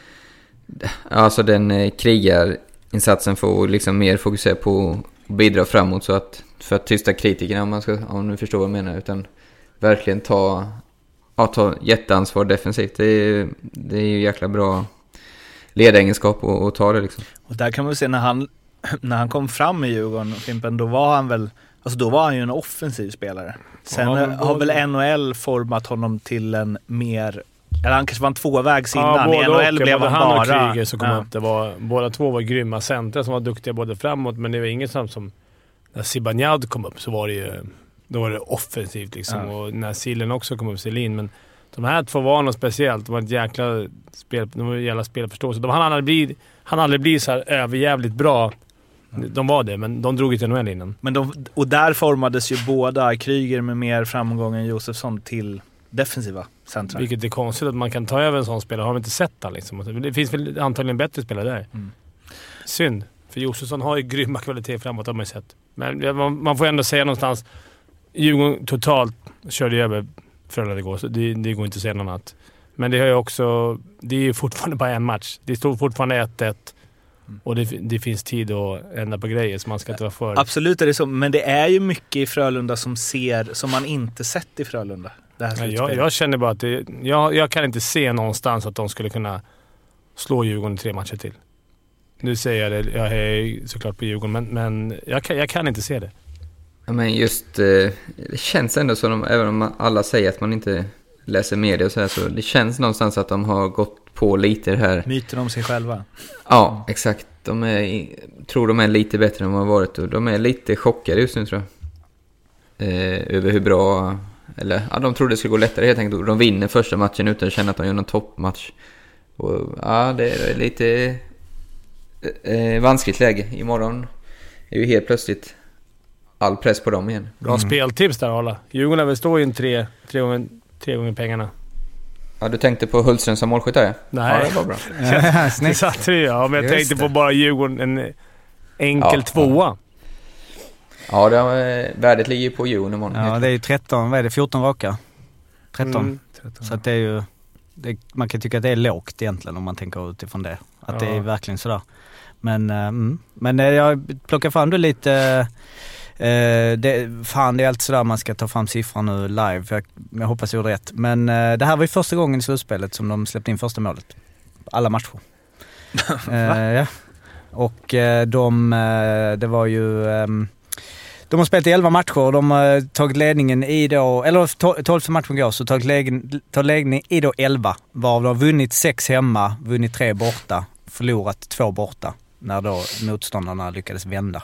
Alltså den krigarinsatsen får liksom mer fokusera på att bidra framåt, så att för att tysta kritikerna, om man ska, om du förstår vad jag menar, utan verkligen ta, ja, ta jätteansvar defensivt. Det är, det är ju jäkla bra ledaregenskap att, att ta det liksom. Och där kan man se när han när han kom fram i Djurgården, Fimpen, då var han väl, alltså då var han ju en offensiv spelare. Sen ja, har väl N H L format honom till en mer, eller han kanske var en tvåvägs innan. Ja, I N H L och, blev han, han bara... och Kryger så kom ja. upp, det var, båda två var grymma centra som var duktiga både framåt, men det var inget som, som när Zibanejad kom upp så var det ju, då var det offensivt liksom. Ja. Och när Sillen också kom upp, Silin, men de här två var något speciellt. Det var ett jäkla spel, de var jävla spelförståelse. De, han aldrig blir, han aldrig blir så här överjävligt bra. De var det, men de drog inte N H L innan. Men de, och där formades ju båda, Kryger med mer framgång än Josefsson, till defensiva centra. Vilket är konstigt att man kan ta över en sån spelare. Har man inte sett han liksom. Det finns väl antagligen bättre spelare där. Mm. Synd, för Josefsson har ju grymma kvalitet framåt, har man sett. Men man, man får ändå säga någonstans, Djurgården totalt körde över Frölunda igår, så det, det går inte att säga något annat. Men det har ju också, det är ju fortfarande bara en match. Det står fortfarande ett ett. Och det, det finns tid att ändra på grejer, så man ska inte vara för... Absolut är det så, men det är ju mycket i Frölunda som ser, som man inte sett i Frölunda. Det här ja, jag, jag känner bara att det, jag, jag kan inte se någonstans att de skulle kunna slå Djurgården i tre matcher till. Nu säger jag det, jag är såklart på Djurgården, men, men jag, kan, jag kan inte se det. Ja, men just, det känns ändå som, de, även om alla säger att man inte läser media och så här, så det känns någonstans att de har gått på lite det här. Myten om sig själva. Ja, exakt. De är, tror de är lite bättre än de har varit, och de är lite chockade just nu, tror jag. Eh, över hur bra, eller ja, de trodde det skulle gå lättare helt enkelt. De vinner första matchen utan att känna att de gör någon toppmatch. Och ja, det är lite eh, vanskligt läge. Imorgon är ju helt plötsligt all press på dem igen. Bra mm. speltips där, alla. Djurgården vill stå in tre, tre, gånger, tre gånger pengarna. Ja, du tänkte på Hultström som målskyttare? Nej. Ja, det var bra. Det satt ju, ja, men jag Just tänkte det. på bara Djurgården, en enkel ja, tvåa. Ja, ja det är, värdet ligger på Djurgården imorgon. Ja, det är ju tretton, vad är det, fjorton raka? tretton. Mm, tretton. Så att det är ju, det, man kan tycka att det är lågt egentligen om man tänker utifrån det. Att ja. det är verkligen sådär. Men, mm, men jag plockar fram det lite... Uh, det, fan, det är alltid sådär man ska ta fram siffran nu live, för jag, jag hoppas jag gjorde rätt. Men uh, det här var ju första gången i slutspelet som de släppte in första målet. Alla matcher. uh, ja. Och uh, de, uh, det var ju um, de har spelat i elva matcher och de har tagit ledningen i då, eller tolv matchen går, så tagit ledning, tagit ledning i då elva, varav de har vunnit sex hemma, vunnit tre borta, förlorat två borta, när då motståndarna lyckades vända.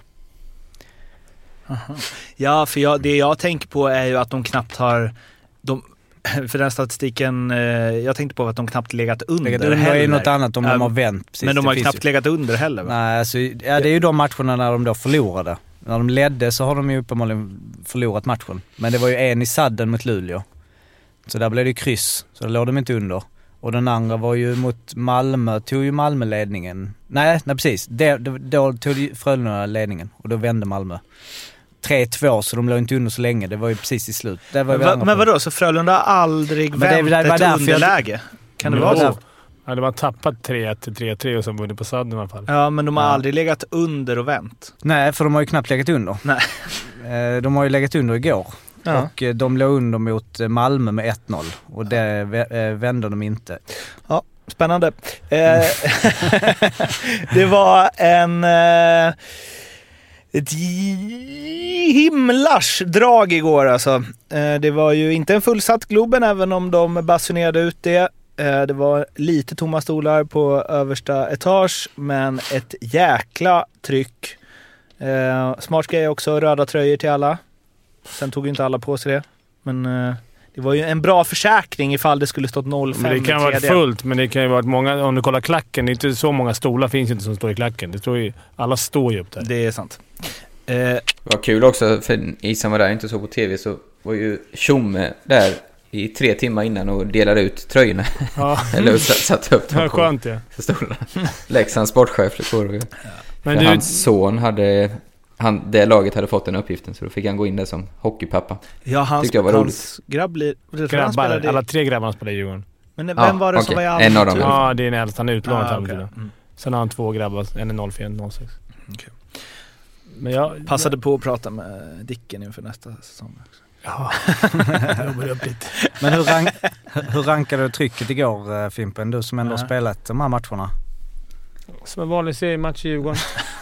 Aha. Ja, för jag, det jag tänker på är ju att de knappt har de, för den statistiken eh, jag tänkte på att de knappt legat under. Det är ju något annat om um, de har vänt. Precis, men de har knappt ju legat under heller, va? Nej, alltså, ja, det är ju de matcherna när de då förlorade. När de ledde så har de ju uppenbarligen förlorat matchen. Men det var ju en i sadden mot Luleå. Så där blev det kryss. Så då låg de inte under. Och den andra var ju mot Malmö, tog ju Malmö ledningen. Nej, nej precis. Det, då, då tog Frölunda ledningen och då vände Malmö. tre två, så de låg inte under så länge. Det var ju precis i slut. Det var men men vadå? Så Frölunda har aldrig vänt ett underläge? Jag... Kan det vara så? Ja, de har tappat tre ett till tre tre och så vunnit på sadden i alla fall. Ja, men de har ja. aldrig legat under och vänt. Nej, för de har ju knappt legat under. Nej. De har ju legat under igår. Ja. Och de låg under mot Malmö med ett noll. Och det vände de inte. Ja, spännande. Eh, det var en... Eh, ett himlars drag igår alltså. Eh, det var ju inte en fullsatt Globen, även om de basunerade ut det. Eh, det var lite tomma stolar på översta etage, men ett jäkla tryck. Eh, smart grej också, röda tröjor till alla. Sen tog ju inte alla på sig det. Men eh, det var ju en bra försäkring ifall det skulle stått noll fem. Men det kan vara fullt, men det kan ju vara många... Om du kollar klacken, det är inte så många stolar finns inte som står i klacken. Det står ju, alla står ju upp där. Det är sant. Eh, det var kul också, för isen var där inte så på tv, så var ju Tjomme där i tre timmar innan och delade ut tröjorna. Ja. Eller satt upp dem på skönt, ja. stolarna. Leksands sportchef. Ja. Men du... Hans son hade... Han, det laget hade fått den uppgiften, så då fick han gå in där som hockeypappa. Ja, hans, tyckte jag var hans roligt. grabb blir... Grabbar, alla tre grabbarna spelade i Djurgården. Men vem ja, var det okay. som var i all... En av dem. Ja, det är en äldst. Han är utlånat. Ah, okay. mm. Sen har han två grabbar, en är noll fyra, en noll sex. Okay. Men jag passade på att prata med Dicken inför nästa säsong. Ja, jobbade upp lite. Men hur, rank, hur rankade du trycket igår, Fimpen? Du som ändå har spelat de här matcherna. Som en vanlig seriematch i Djurgården.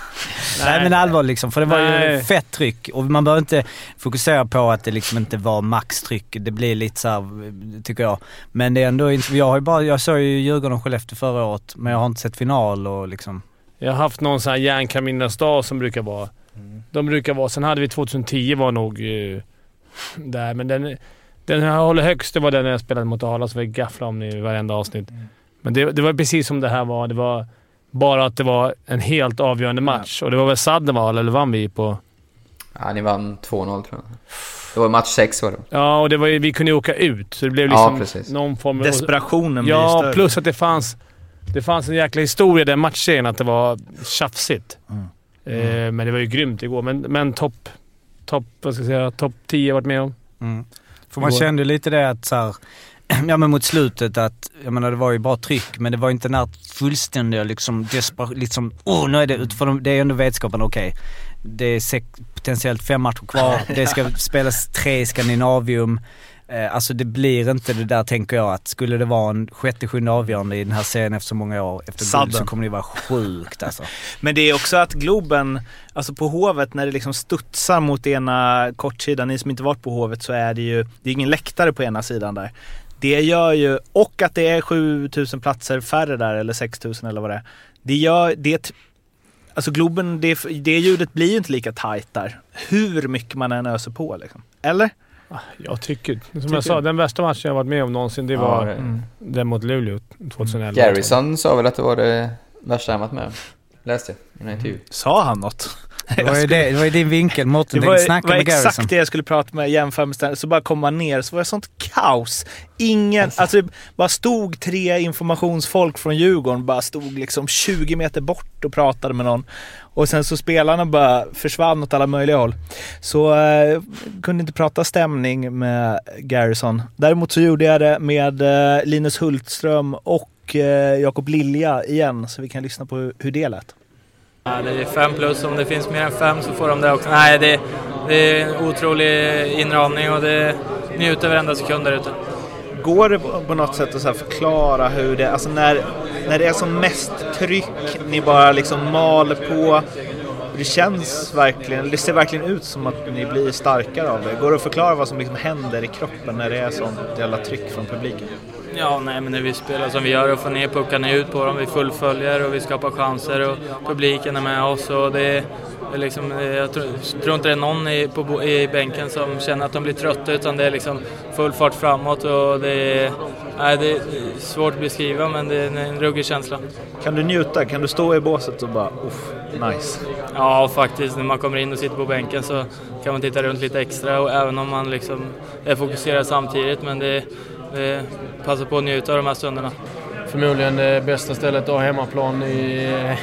Nej, men allvar liksom, för det var Nej. ju fett tryck och man bör inte fokusera på att det liksom inte var maxtryck. Det blir lite så här, tycker jag. Men det är ändå inte, jag har ju bara, jag såg ju Djurgården och Skellefteå förra året, men jag har inte sett final och liksom. Jag har haft någon sån här järnkaminnas dag som brukar vara. Mm. De brukar vara, sen hade vi tjugohundratio var nog uh, där, men den, den jag håller högst, det var den jag spelade mot Arla, som vi gafflade om i varenda avsnitt. Mm. Men det, det var precis som det här var, det var bara att det var en helt avgörande match. Ja. Och det var väl Sadneval, eller vann vi på? Ja, ni vann två noll tror jag. Det var match sex var det. Ja, och det var ju, vi kunde ju åka ut. Så det blev liksom ja, någon form av... Desperationen blir ja, större. Plus att det fanns, det fanns en jäkla historia den matchen, att det var tjafsigt. Mm. Mm. Eh, men det var ju grymt igår. Men, men topp, top, vad ska jag säga, topp tio varit med om. Mm. För man kände lite det att så här, ja, men mot slutet att, jag menar, det var ju bara tryck, men det var inte den här fullständiga liksom desperat, liksom, åh oh, nu är det ut, för det är ändå vetskapen, okej. Okay. Det är sex, potentiellt fem matcher kvar, det ska spelas tre i Skandinavium. Eh, alltså det blir inte det där, tänker jag, att skulle det vara en sjätte, sjunde avgörande i den här serien efter så många år efter guld, så kommer det vara sjukt alltså. Men det är också att Globen, alltså på Hovet, när det liksom studsar mot ena kortsidan, ni som inte varit på Hovet, så är det ju, det är ingen läktare på ena sidan där. Det gör ju, och att det är sju tusen platser färre där, eller sex tusen eller vad det är. Det gör, det, alltså Globen, det, det ljudet blir ju inte lika tajt där. Hur mycket man än öser på liksom. Eller? Jag tycker, som tycker jag sa, den värsta matchen jag varit med om någonsin, det var ja, mm. den mot Luleå tjugoelva. Garrison sa väl att det var det värsta han varit med om. Läste jag i en intervju. Sa han något? Det var ju, det, det var ju din vinkel, Mårten. Det var, var med exakt Garrison. Det jag skulle prata med, jämför med ständ, så bara kom man ner, så var det sånt kaos. Ingen, alltså, alltså det bara stod tre informationsfolk från Djurgården, bara stod liksom tjugo meter bort och pratade med någon. Och sen så spelarna bara försvann åt alla möjliga håll. Så eh, kunde inte prata stämning med Garrison. Däremot så gjorde jag det med eh, Linus Hultström och eh, Jakob Lilja igen, så vi kan lyssna på hur, hur det lät. Ja, det är fem plus, om det finns mer än fem så får de det också. Nej, det, det är en otrolig inramning och det njuter varenda sekund där ute. Går det på något sätt att så här förklara hur det, alltså när, när det är som mest tryck, ni bara liksom maler på, det känns verkligen, det ser verkligen ut som att ni blir starkare av det. Går det att förklara vad som liksom händer i kroppen när det är sånt jävla tryck från publiken? Ja, nej, men när vi spelar som vi gör och får ner puckarna ut på dem, vi fullföljer och vi skapar chanser och publiken är med oss, och det är liksom, jag tror, tror inte det är någon i, på, i bänken som känner att de blir trötta, utan det är liksom full fart framåt, och det är, nej, det är svårt att beskriva, men det är en ruggig känsla. Kan du njuta? Kan du stå i båset och bara, uff, nice? Ja, faktiskt. När man kommer in och sitter på bänken så kan man titta runt lite extra, och även om man liksom är fokuserad samtidigt, men det Eh, passa på att njuta av de här stunderna. Förmodligen det bästa stället att ha hemmaplan i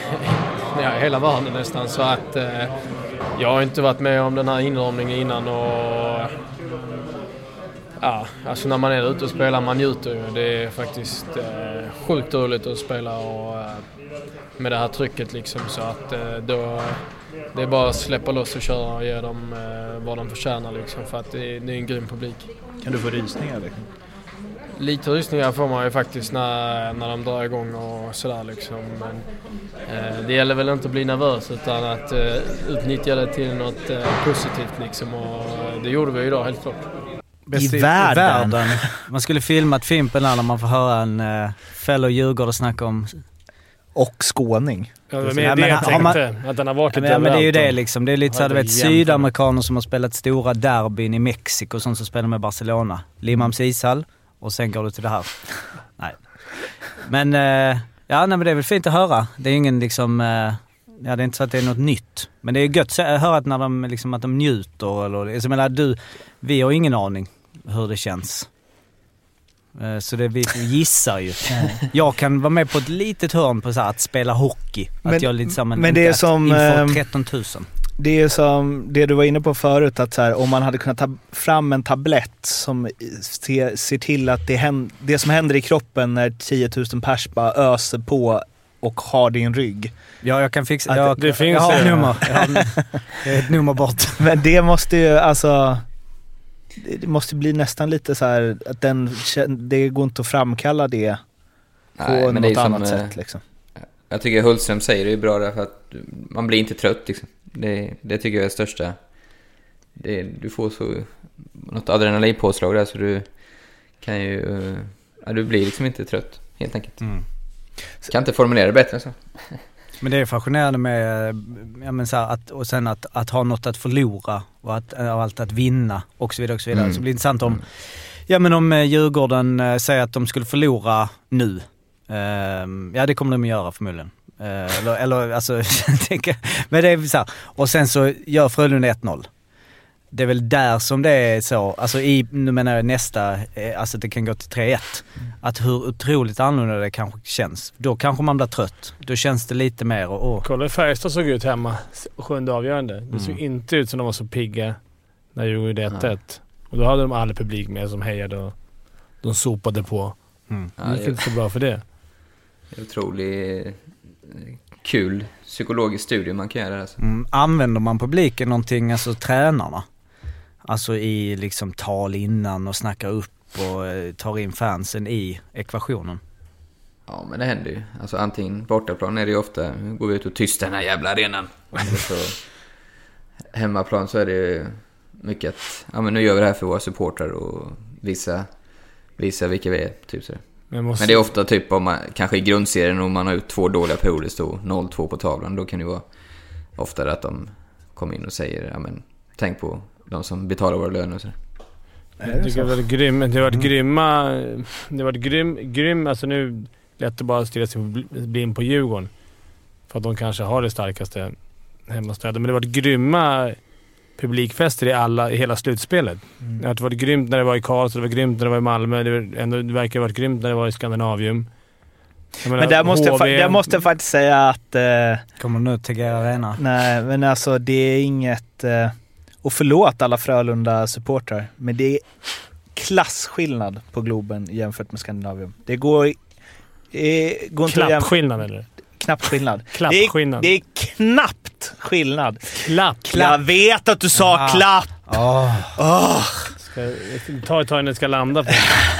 ja, hela världen nästan, så att eh, jag har inte varit med om den här inramningen innan, och ja, alltså när man är ute och spelar, man njuter ju. Det är faktiskt eh, sjukt roligt att spela och eh, med det här trycket liksom, så att eh, då det är bara att släppa loss och köra och ge dem eh, vad de förtjänar liksom, för att det är, det är en grym publik. Kan du få rysningar liksom? lite rysningar får man ju faktiskt när, när de drar igång och sådär liksom. Men eh, det gäller väl inte att bli nervös utan att eh, utnyttja det till något eh, positivt liksom. Och det gjorde vi idag helt klart. Bäst i, i världen. världen. Man skulle filmat Fimpen när man får höra en uh, fellow Djurgård och snacka om... Och skåning. Ja, men det är det jag tänkte, man, att den har varit lite ja, men det är ju det liksom. Det är lite så, du vet, sydamerikaner som har spelat stora derbyn i Mexiko och sånt som spelar med Barcelona. Limhamns ishall och sen går du till det här. Nej. Men, uh, ja, nej, men det är väl fint att höra. Det är ingen liksom... Uh, ja, det är inte så att det är något nytt. Men det är gött att höra att när de, liksom, att de njuter. Eller, jag menar, du, vi har ingen aning hur det känns. Så det vi gissar ju. Jag kan vara med på ett litet hörn på så här, att spela hockey. Men, att jag liksom en, men det är som inför tretton tusen. Det är som det du var inne på förut, att så här, om man hade kunnat ta fram en tablett som ser, ser till att det, händer, det som händer i kroppen när tio tusen pers bara öser på och har din rygg. Ja, jag kan fixa. Att Jag, det finns jag har ett nummer. Jag har ett nummer bort. Men det måste ju alltså... Det måste bli nästan lite så här att den, det går inte att framkalla det på Nej, något det annat som, sätt liksom. Jag tycker Hultström säger det är bra därför att man blir inte trött liksom. Det, det tycker jag är det största. Det, du får så något adrenalinpåslag där så du kan ju ja, du blir liksom inte trött helt enkelt. Mm. Kan inte formulera det bättre så. Men det är fascinerande med ja, men så här, att, och sen att, att ha något att förlora och att, och allt att vinna och så vidare. Och så vidare. Mm. Så det blir intressant om, mm. ja, men om Djurgården äh, säger att de skulle förlora nu. Äh, ja, det kommer de att göra förmodligen. Äh, eller, eller alltså, men det är så här. Och sen så gör Frölunda ett noll. Det är väl där som det är så, alltså i, nu menar jag nästa, alltså det kan gå till tre ett. Mm. Att hur otroligt annorlunda det kanske känns. Då kanske man blir trött. Då känns det lite mer och... och. Kolla hur Färjestad såg ut hemma, sjunde avgörande. Det såg mm. inte ut som de var så pigga när Djurgården gjorde ett ett. Och då hade de all publik med som hejade och de sopade på. Mm. Ja, det är inte så bra för det. Det är otroligt kul psykologisk studie man kan göra. Alltså. Mm. Använder man publiken någonting, alltså tränarna? Alltså i liksom tal innan och snackar upp och eh, tar in fansen i ekvationen. Ja, men det händer ju. Alltså antingen bortaplan är det ju ofta, går vi ut och tysta den här jävla arenan. Så hemmaplan så är det mycket att, ja men nu gör vi det här för våra supportrar och visa, visa vilka vi är, typ så. Men, måste... men det är ofta typ om man, kanske i grundserien om man har ut två dåliga perioder, stå noll två på tavlan, då kan det vara ofta att de kommer in och säger, ja men tänk på de som betalar våra löner och så. Jag tycker det var grym, det var grymma, det var grym, grym, alltså nu lätt att bara stirra sig blind på Djurgården för att de kanske har det starkaste hemmastödet, men det var grymma publikfester i alla i hela slutspelet. Mm. Det var grymt när det var i Karlstad, det var grymt när det var i Malmö, det, var, ändå, det verkar ha varit grymt när det var i Skandinavium. Menar, men där måste, jag, jag måste faktiskt säga att... Eh, kommer nu till Arena. Nej, men alltså det är inget... Eh, och förlåt alla Frölunda-supportrar, men det är klassskillnad på Globen jämfört med Skandinavium. Det går... Eh, går inte Knappskillnad eller? Knappt skillnad. Klappskillnad. Det är, det är knappt skillnad. Klapp. Klapp. Jag vet att du sa ah. klapp. Oh. Oh. Ska, ta ett tag innan det ska landa på.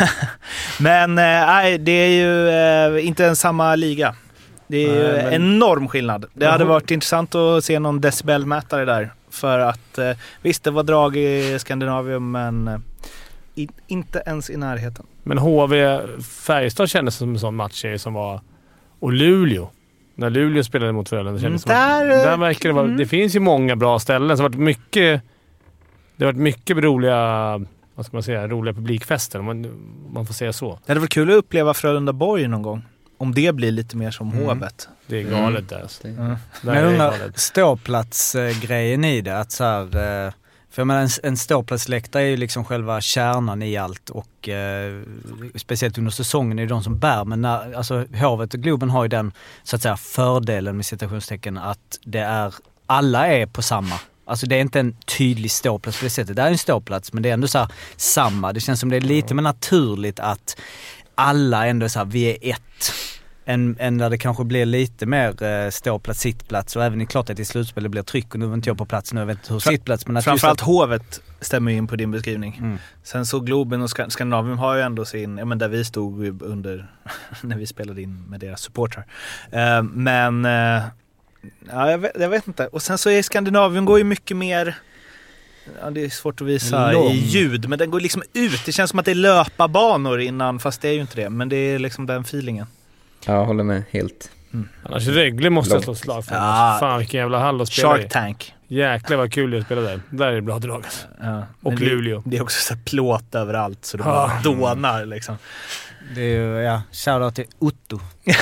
Men nej, eh, det är ju eh, inte en samma liga. Det är ju men... enorm skillnad. Det hade varit intressant att se någon decibelmätare där. För att eh, visst, det var drag i Skandinavium, men eh, i, inte ens i närheten. Men H V Färjestad kändes som en sån match som var... Och Luleå. När Luleå spelade mot Frölunda kändes mm, där, som att, där verkar det vara, mm. det finns ju många bra ställen. Så det har varit mycket, det har varit mycket roliga, vad ska man säga, roliga publikfester, om man, man får säga så. Det hade varit kul att uppleva Frölunda-Borg någon gång. Om det blir lite mer som mm. Hovet. Det är galet där. Mm. Mm. Men jag undrar, ståplatsgrejen i det, att så här... För jag menar, en, en ståplatsläktare är ju liksom själva kärnan i allt och eh, speciellt under säsongen är det de som bär. Men när, alltså, Hovet och Globen har ju den så att säga fördelen med citationstecken att det är, alla är på samma. Alltså det är inte en tydlig ståplats på det sättet. Det är en ståplats, men det är ändå så här samma. Det känns som det är lite mer naturligt att alla ändå är så här, vi är ett. än, än där det kanske blir lite mer eh, ståplats, sittplats och även i klart att i slutspelet blir tryck och nu är inte jag på plats nu, jag vet inte hur sittplats. Men att framförallt att... Hovet stämmer in på din beskrivning. Mm. Sen så Globen och Sk- Skandinavien har ju ändå sin, ja men där vi stod under när vi spelade in med deras supportrar. Uh, men uh, ja, jag vet, jag vet inte. Och sen så är Skandinavien går ju mycket mer, ja, det är svårt att visa Lång. i ljud, men den går liksom ut. Det känns som att det är löparbanor innan, fast det är ju inte det. Men det är liksom den feelingen. Ja, jag håller med helt. Mm. Annars Rögle måste jag slå slag för. Ja. Fan vilken jävla hall att spela Shark i. Tank. Jäklar vad kul det är att spela där. Där är det bra drag. Ja. Och det, Luleå. Det är också så plåt överallt så det ja. bara dånar liksom. Det är ju, ja, shoutout till Otto.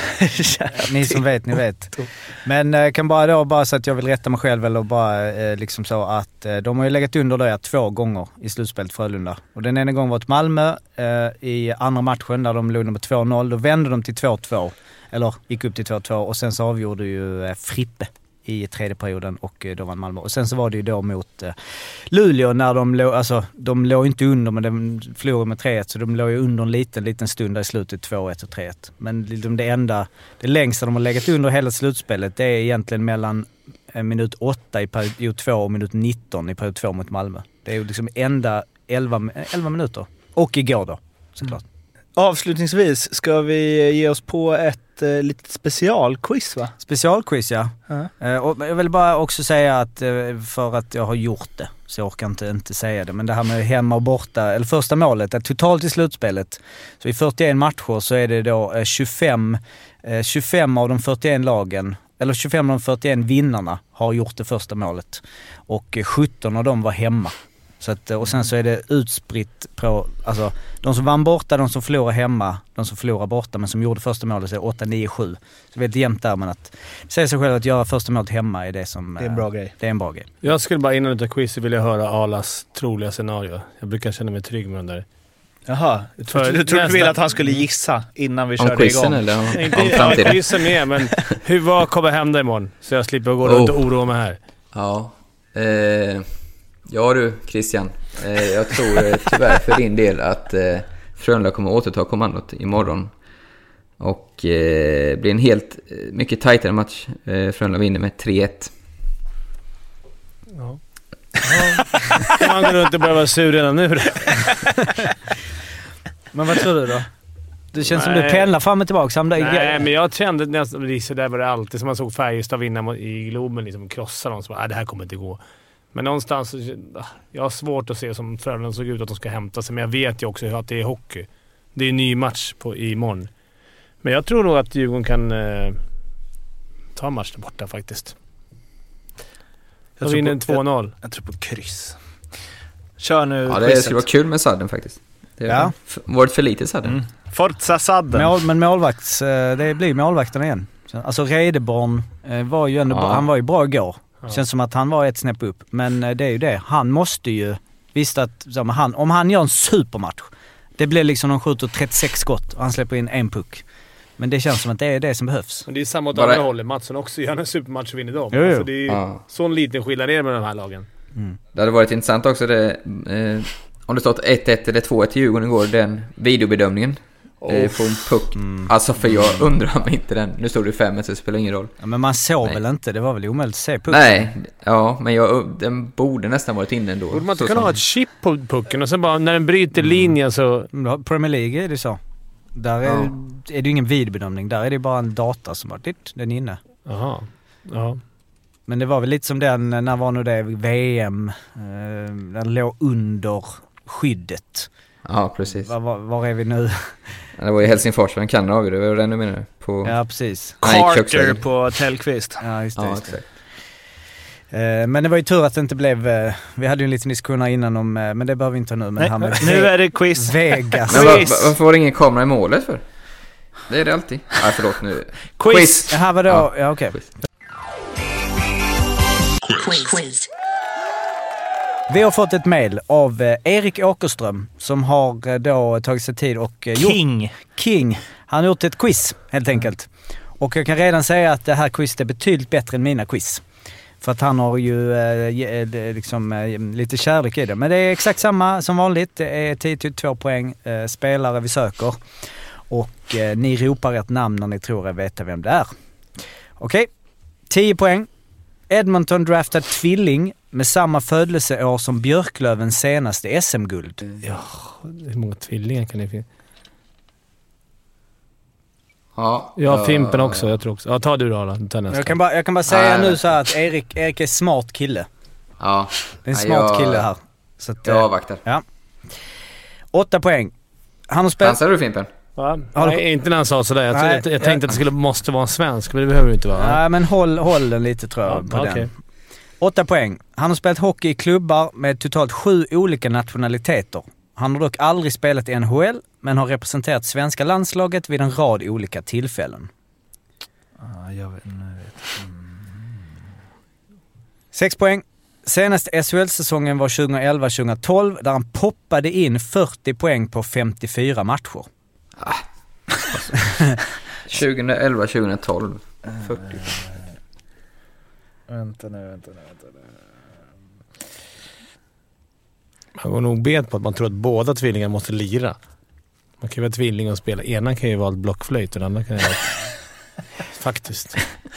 Ni som vet, ni vet. Men eh, kan bara då, bara så att jag vill rätta mig själv eller bara eh, liksom så att eh, de har ju legat under det två gånger i slutspelet Frölunda. Och den ena gången var ett Malmö eh, i andra matchen där de låg nummer två noll. Då vände de till två två. Eller gick upp till två två och sen så avgjorde ju eh, Frippe i tredje perioden och eh, då vann Malmö. Och sen så var det ju då mot eh, Luleå när de låg, alltså de låg inte under men de förlorade med tre ett så de låg ju under en liten, liten stund där i slutet två ett och tre ett. Men liksom det enda, det längsta de har legat under hela slutspelet det är egentligen mellan eh, minut åtta i period två och minut nitton i period två mot Malmö. Det är ju liksom enda elva, elva minuter. Och igår då, såklart. Mm. Avslutningsvis ska vi ge oss på ett eh, litet specialquiz va? Specialquiz ja. Uh-huh. Eh, och jag vill bara också säga att eh, för att jag har gjort det så jag orkar inte, inte säga det. Men det här med hemma och borta, eller första målet, att totalt i slutspelet så i fyrtioen matcher så är det då eh, tjugofem, eh, tjugofem av de fyrtioen lagen eller tjugofem av de fyrtioen vinnarna har gjort det första målet. Och eh, sjutton av dem var hemma. Så att, och sen så är det utspritt på, alltså de som vann borta, de som förlorar hemma, de som förlorar borta men som gjorde första målet så är åtta nio sju. Så det är jämnt där men att säga sig själv att göra första målet hemma är det som... Det är en bra grej. Det är en bra grej. Jag skulle bara innan utav quiz vilja höra Alas troliga scenario. Jag brukar känna mig trygg med den där. Jaha, jag trodde du nästa... ville att han skulle gissa innan vi om körde igång. Quizen eller om, inte, om framtiden? Ja, quizen med, men hur, vad kommer hända imorgon? Så jag slipper gå runt oh. och oroa mig här. Ja, eh, ja du Christian. Eh, jag tror eh, tyvärr för din del att eh, Frölunda kommer återta kommandot imorgon. Och eh, blir en helt eh, mycket tajtare match. Eh, Frölunda vinner med tre ett. Ja. Ja. Man går runt och börjar vara sur redan nu. Men vad tror du då? Det känns Nej. som du pendlar fram och tillbaka. Nej, men jag kände nästan så där var det alltid som man såg Färjestad vinna i Globen, liksom krossa dem. Så bara, det här kommer inte gå. Men någonstans, jag har svårt att se som Frölunda såg ut att de ska hämta sig. Men jag vet ju också att det är hockey. Det är en ny match på, imorgon. Men jag tror nog att Djurgården kan eh, ta matchen borta faktiskt. Jag vinner en två noll. Jag, jag tror på kryss. Kör nu. Ja, det quizet. Skulle vara kul med Sadden faktiskt. Det har ja. varit för lite Sadden. Mm. Forza Sadden. Mål, men målvakts, det blir målvakterna igen. Alltså Redeborn var ju ändå, ja. han var ju bra igår. Ja. Känns som att han var ett snäpp upp. Men det är ju det. Han måste ju, visst att han, om han gör en supermatch, det blir liksom de skjuter trettiosex skott och han släpper in en puck. Men det känns som att det är det som behövs. Men det är samma åt andra hållet. Matsen också gör en supermatch och vinner dem. Jo, jo. Alltså det är ju ja. sån liten skillnad med de här lagen. Mm. Det hade varit intressant också det, eh, om det stått ett ett eller två ett till Djurgården igår, den videobedömningen. Oh. På en puck. Mm. Alltså för jag undrar om inte den. Nu står det fem så det spelar ingen roll. Ja, men man såg Nej. väl inte. Det var väl omöjligt att se pucken. Nej, ja, men jag, den borde nästan varit inne ändå. Borde man inte kunna som... ha ett chip på pucken och sen bara när den bryter mm. linjen så... Premier League är det så. Där är, ja. är det ingen videobedömning. Där är det bara en data som bara, dit, den är inne. Jaha, ja. Men det var väl lite som den, när var nu det V M, eh, den låg under skyddet. Ja, precis. Var, var, var är vi nu? Ja, det var i Helsingfors, men kan avgöra. Det var det du menar på... Ja, precis. Carter på Tellqvist. Ja, just det. Ja, just det. Eh, men det var ju tur att det inte blev... Eh, vi hade ju en liten diskussion innan om... Eh, men det behöver vi inte nu. Men Nej, här med nu är det quiz. Vegas. Men var, varför var det ingen kamera i målet för? Det är det alltid. Nej, förlåt nu. Quiz! quiz. Ja, här var det... Ja, ja okej. Okay. Quiz. Quiz. Vi har fått ett mejl av eh, Erik Åkerström som har eh, då tagit sig tid och eh, King. Gjort, King. Han har gjort ett quiz helt enkelt. Och jag kan redan säga att det här quizet är betydligt bättre än mina quiz. För att han har ju eh, liksom, eh, lite kärlek i det. Men det är exakt samma som vanligt. Det är tio till två poäng eh, spelare vi söker. Och eh, ni ropar ert namn när ni tror jag vet vem det är. Okej, okay. tio poäng. Edmonton draftade tvilling med samma födelseår som Björklövens senaste S M-guld. Ja, hur många tvillingar kan det finnas? Ja, ja, uh, Fimpen också, jag tror också. Ja, ta du då, då. Ta nästa. Jag kan bara, jag kan bara säga Nej, nu så här att Erik, Erik är smart kille. Ja. Det är en smart jag, kille här. Så att, jag avvaktar. Ja. Åtta poäng. Han har spelat... Chansar du Fimpen? Va? Nej, inte när han sa sådär. Jag, Nej, jag, jag tänkte ja. att det skulle, måste vara en svensk, men det behöver det inte vara. Nej, men håll, håll den lite tror jag ja, på okay. den. Åtta poäng. Han har spelat hockey i klubbar med totalt sju olika nationaliteter. Han har dock aldrig spelat i N H L, men har representerat svenska landslaget vid en rad olika tillfällen. Ah, jag vet, jag vet. Mm. Sex poäng. Senaste S H L-säsongen var tjugoelva tjugotolv där han poppade in fyrtio poäng på femtiofyra matcher. Ah. Alltså. tjugoelva tjugotolv fyrtio. Uh, vänta nu, vänta nu, vänta nu. Man går nog bet på att man tror att båda tvillingar måste lira. Man kan ju vara tvilling och spela. Ena kan ju vara blockflöjt och den andra kan ju vara... Faktiskt.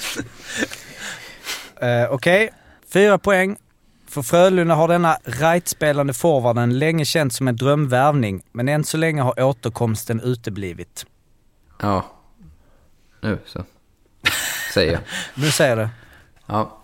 uh, Okej, okay. Fyra poäng. För Frölunda har denna right-spelande forwarden länge känt som en drömvärvning, men än så länge har återkomsten uteblivit. Ja, nu så. Säger jag. Nu säger du. Ja.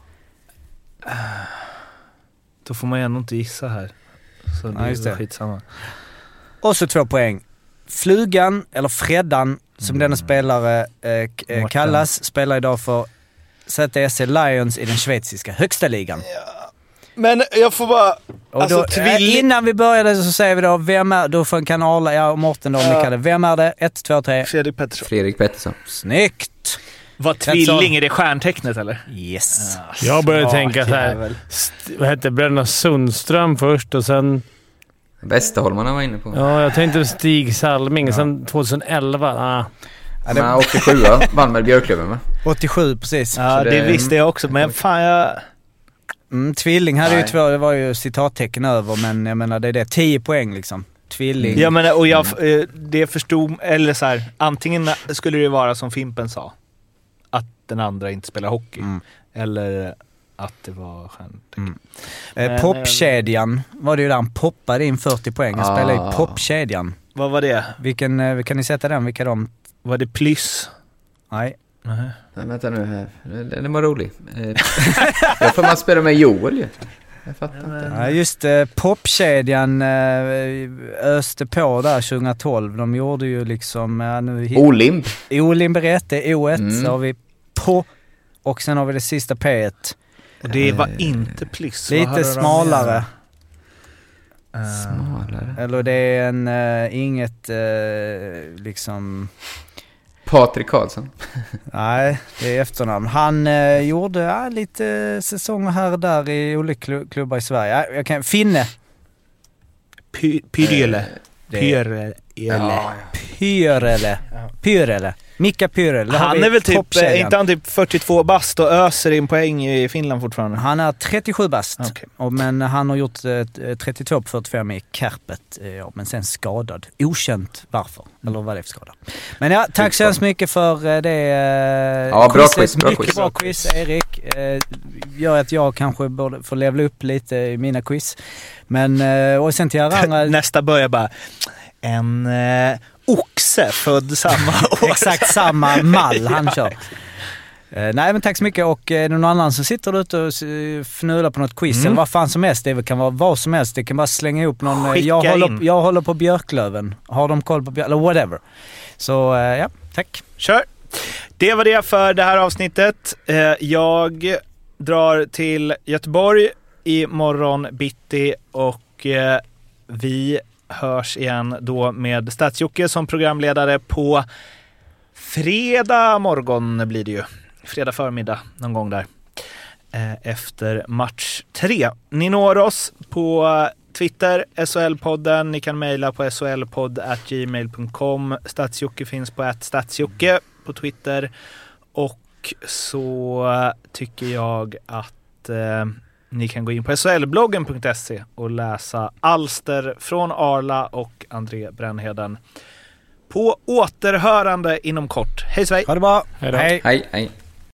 Då får man ju ändå inte gissa här. Så det, ja, just det är skitsamma. Och så två poäng. Flugan, eller Freddan, som mm. denna spelare eh, kallas, spelar idag för Z S C Lions i den schweiziska högsta ligan. Ja. Men jag får bara... Alltså, då, tvilling... Innan vi började så säger vi då, vem är... Då får kan Arla, ja, Morten då, om ja. Vem är det? Ett, två, tre. Fredrik Pettersson. Fredrik Pettersson. Snyggt! Var tvilling, är det stjärntecknet eller? Yes. Ja, jag började oh, tänka så här, st- vad hette Bröderna Sundström först och sen... Västerholmarna var inne på. Ja, jag tänkte Stig Salming, ja. Sen tjugoelva. Ah. Ja, det... åttiosju vann med Björklöven va? åttiosju, precis. Ja, det... det visste jag också, men fan jag... Mm, tvilling hade Nej. ju två, det var ju citattecken över, men jag menar det är det, tio poäng liksom. Tvilling. Ja, men och jag det förstod, eller så här, antingen skulle det vara som Fimpen sa, att den andra inte spelar hockey, mm. eller att det var stjärntecken. Mm. Eh, popkedjan var det ju där han poppade in fyrtio poäng. Han ah. spelade i popkedjan. Vad var det? Vilken, kan ni sätta den? Vilka de? Var det Plyss? Nej. Nej. Nej, vänta nu här. Den var rolig. Jag får man spela med Joel ju. Jag fattar inte. Ja, just eh, popkedjan eh, öste på där tjugotolv. De gjorde ju liksom... Ja, nu, Olimb. Olimb är rätt, det är O ett. Mm. Så har vi på och sen har vi det sista P ett. Och det var inte Plyss. Lite smalare. Smalare. Eller det är en uh, inget uh, liksom... Patrik Karlsson. Nej, det är efternamn. Han uh, gjorde ja, lite säsonger här och där i olika klubbar i Sverige. Jag kan Finne. Py- Pyrele. Pyrele. Ja. Pyrele. Pyrele. Mika Pyrele. Han är väl typ, inte han typ fyrtiotvå bast och öser in poäng i Finland fortfarande? Han är trettiosju bast. Okay. Och, men han har gjort eh, trettiotvå på fyrtiofem i Kärpet. Eh, men sen skadad. Okänt varför. Eller vad det är för skada. Men ja, tack så hemskt mycket för eh, det. Eh, ja, bra quiz. Bra mycket quiz. bra quiz, Erik. Eh, gör att jag kanske borde få levla upp lite i mina quiz. Men, eh, och sen till andra... Nästa börjar bara... En eh, oxe född samma år. Exakt samma mall han kör. Eh, nej men tack så mycket. Och är det någon annan som sitter ute och fnular på något quiz mm. eller vad fan som helst, det kan vara vad som helst, det kan bara slänga ihop någon. Skicka jag håller, in. jag håller på Björklöven. Har de koll på Björklöven? Eller whatever. Så eh, ja, tack. Kör. Det var det för det här avsnittet. Eh, jag drar till Göteborg i morgon bitti och eh, vi hörs igen då med Stats-Jocke som programledare på fredag morgon blir det ju. Fredag förmiddag någon gång där. Efter match tre. Ni når oss på Twitter, S H L-podden. Ni kan mejla på s h l podd at gmail dot com. Stats-Jocke finns på at Stats-Jocke på Twitter. Och så tycker jag att eh, ni kan gå in på s h l bloggen dot se och läsa alster från Arla och André Brännheden På återhörande inom kort. Hej svej! Ha det bra! Hej då. Hej! Hej, hej.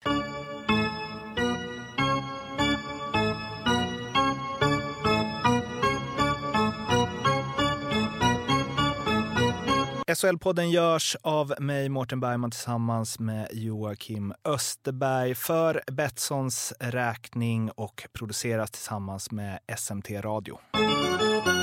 S H L-podden görs av mig, Mårten Bergman, tillsammans med Joakim Österberg för Betssons räkning och produceras tillsammans med S M T Radio.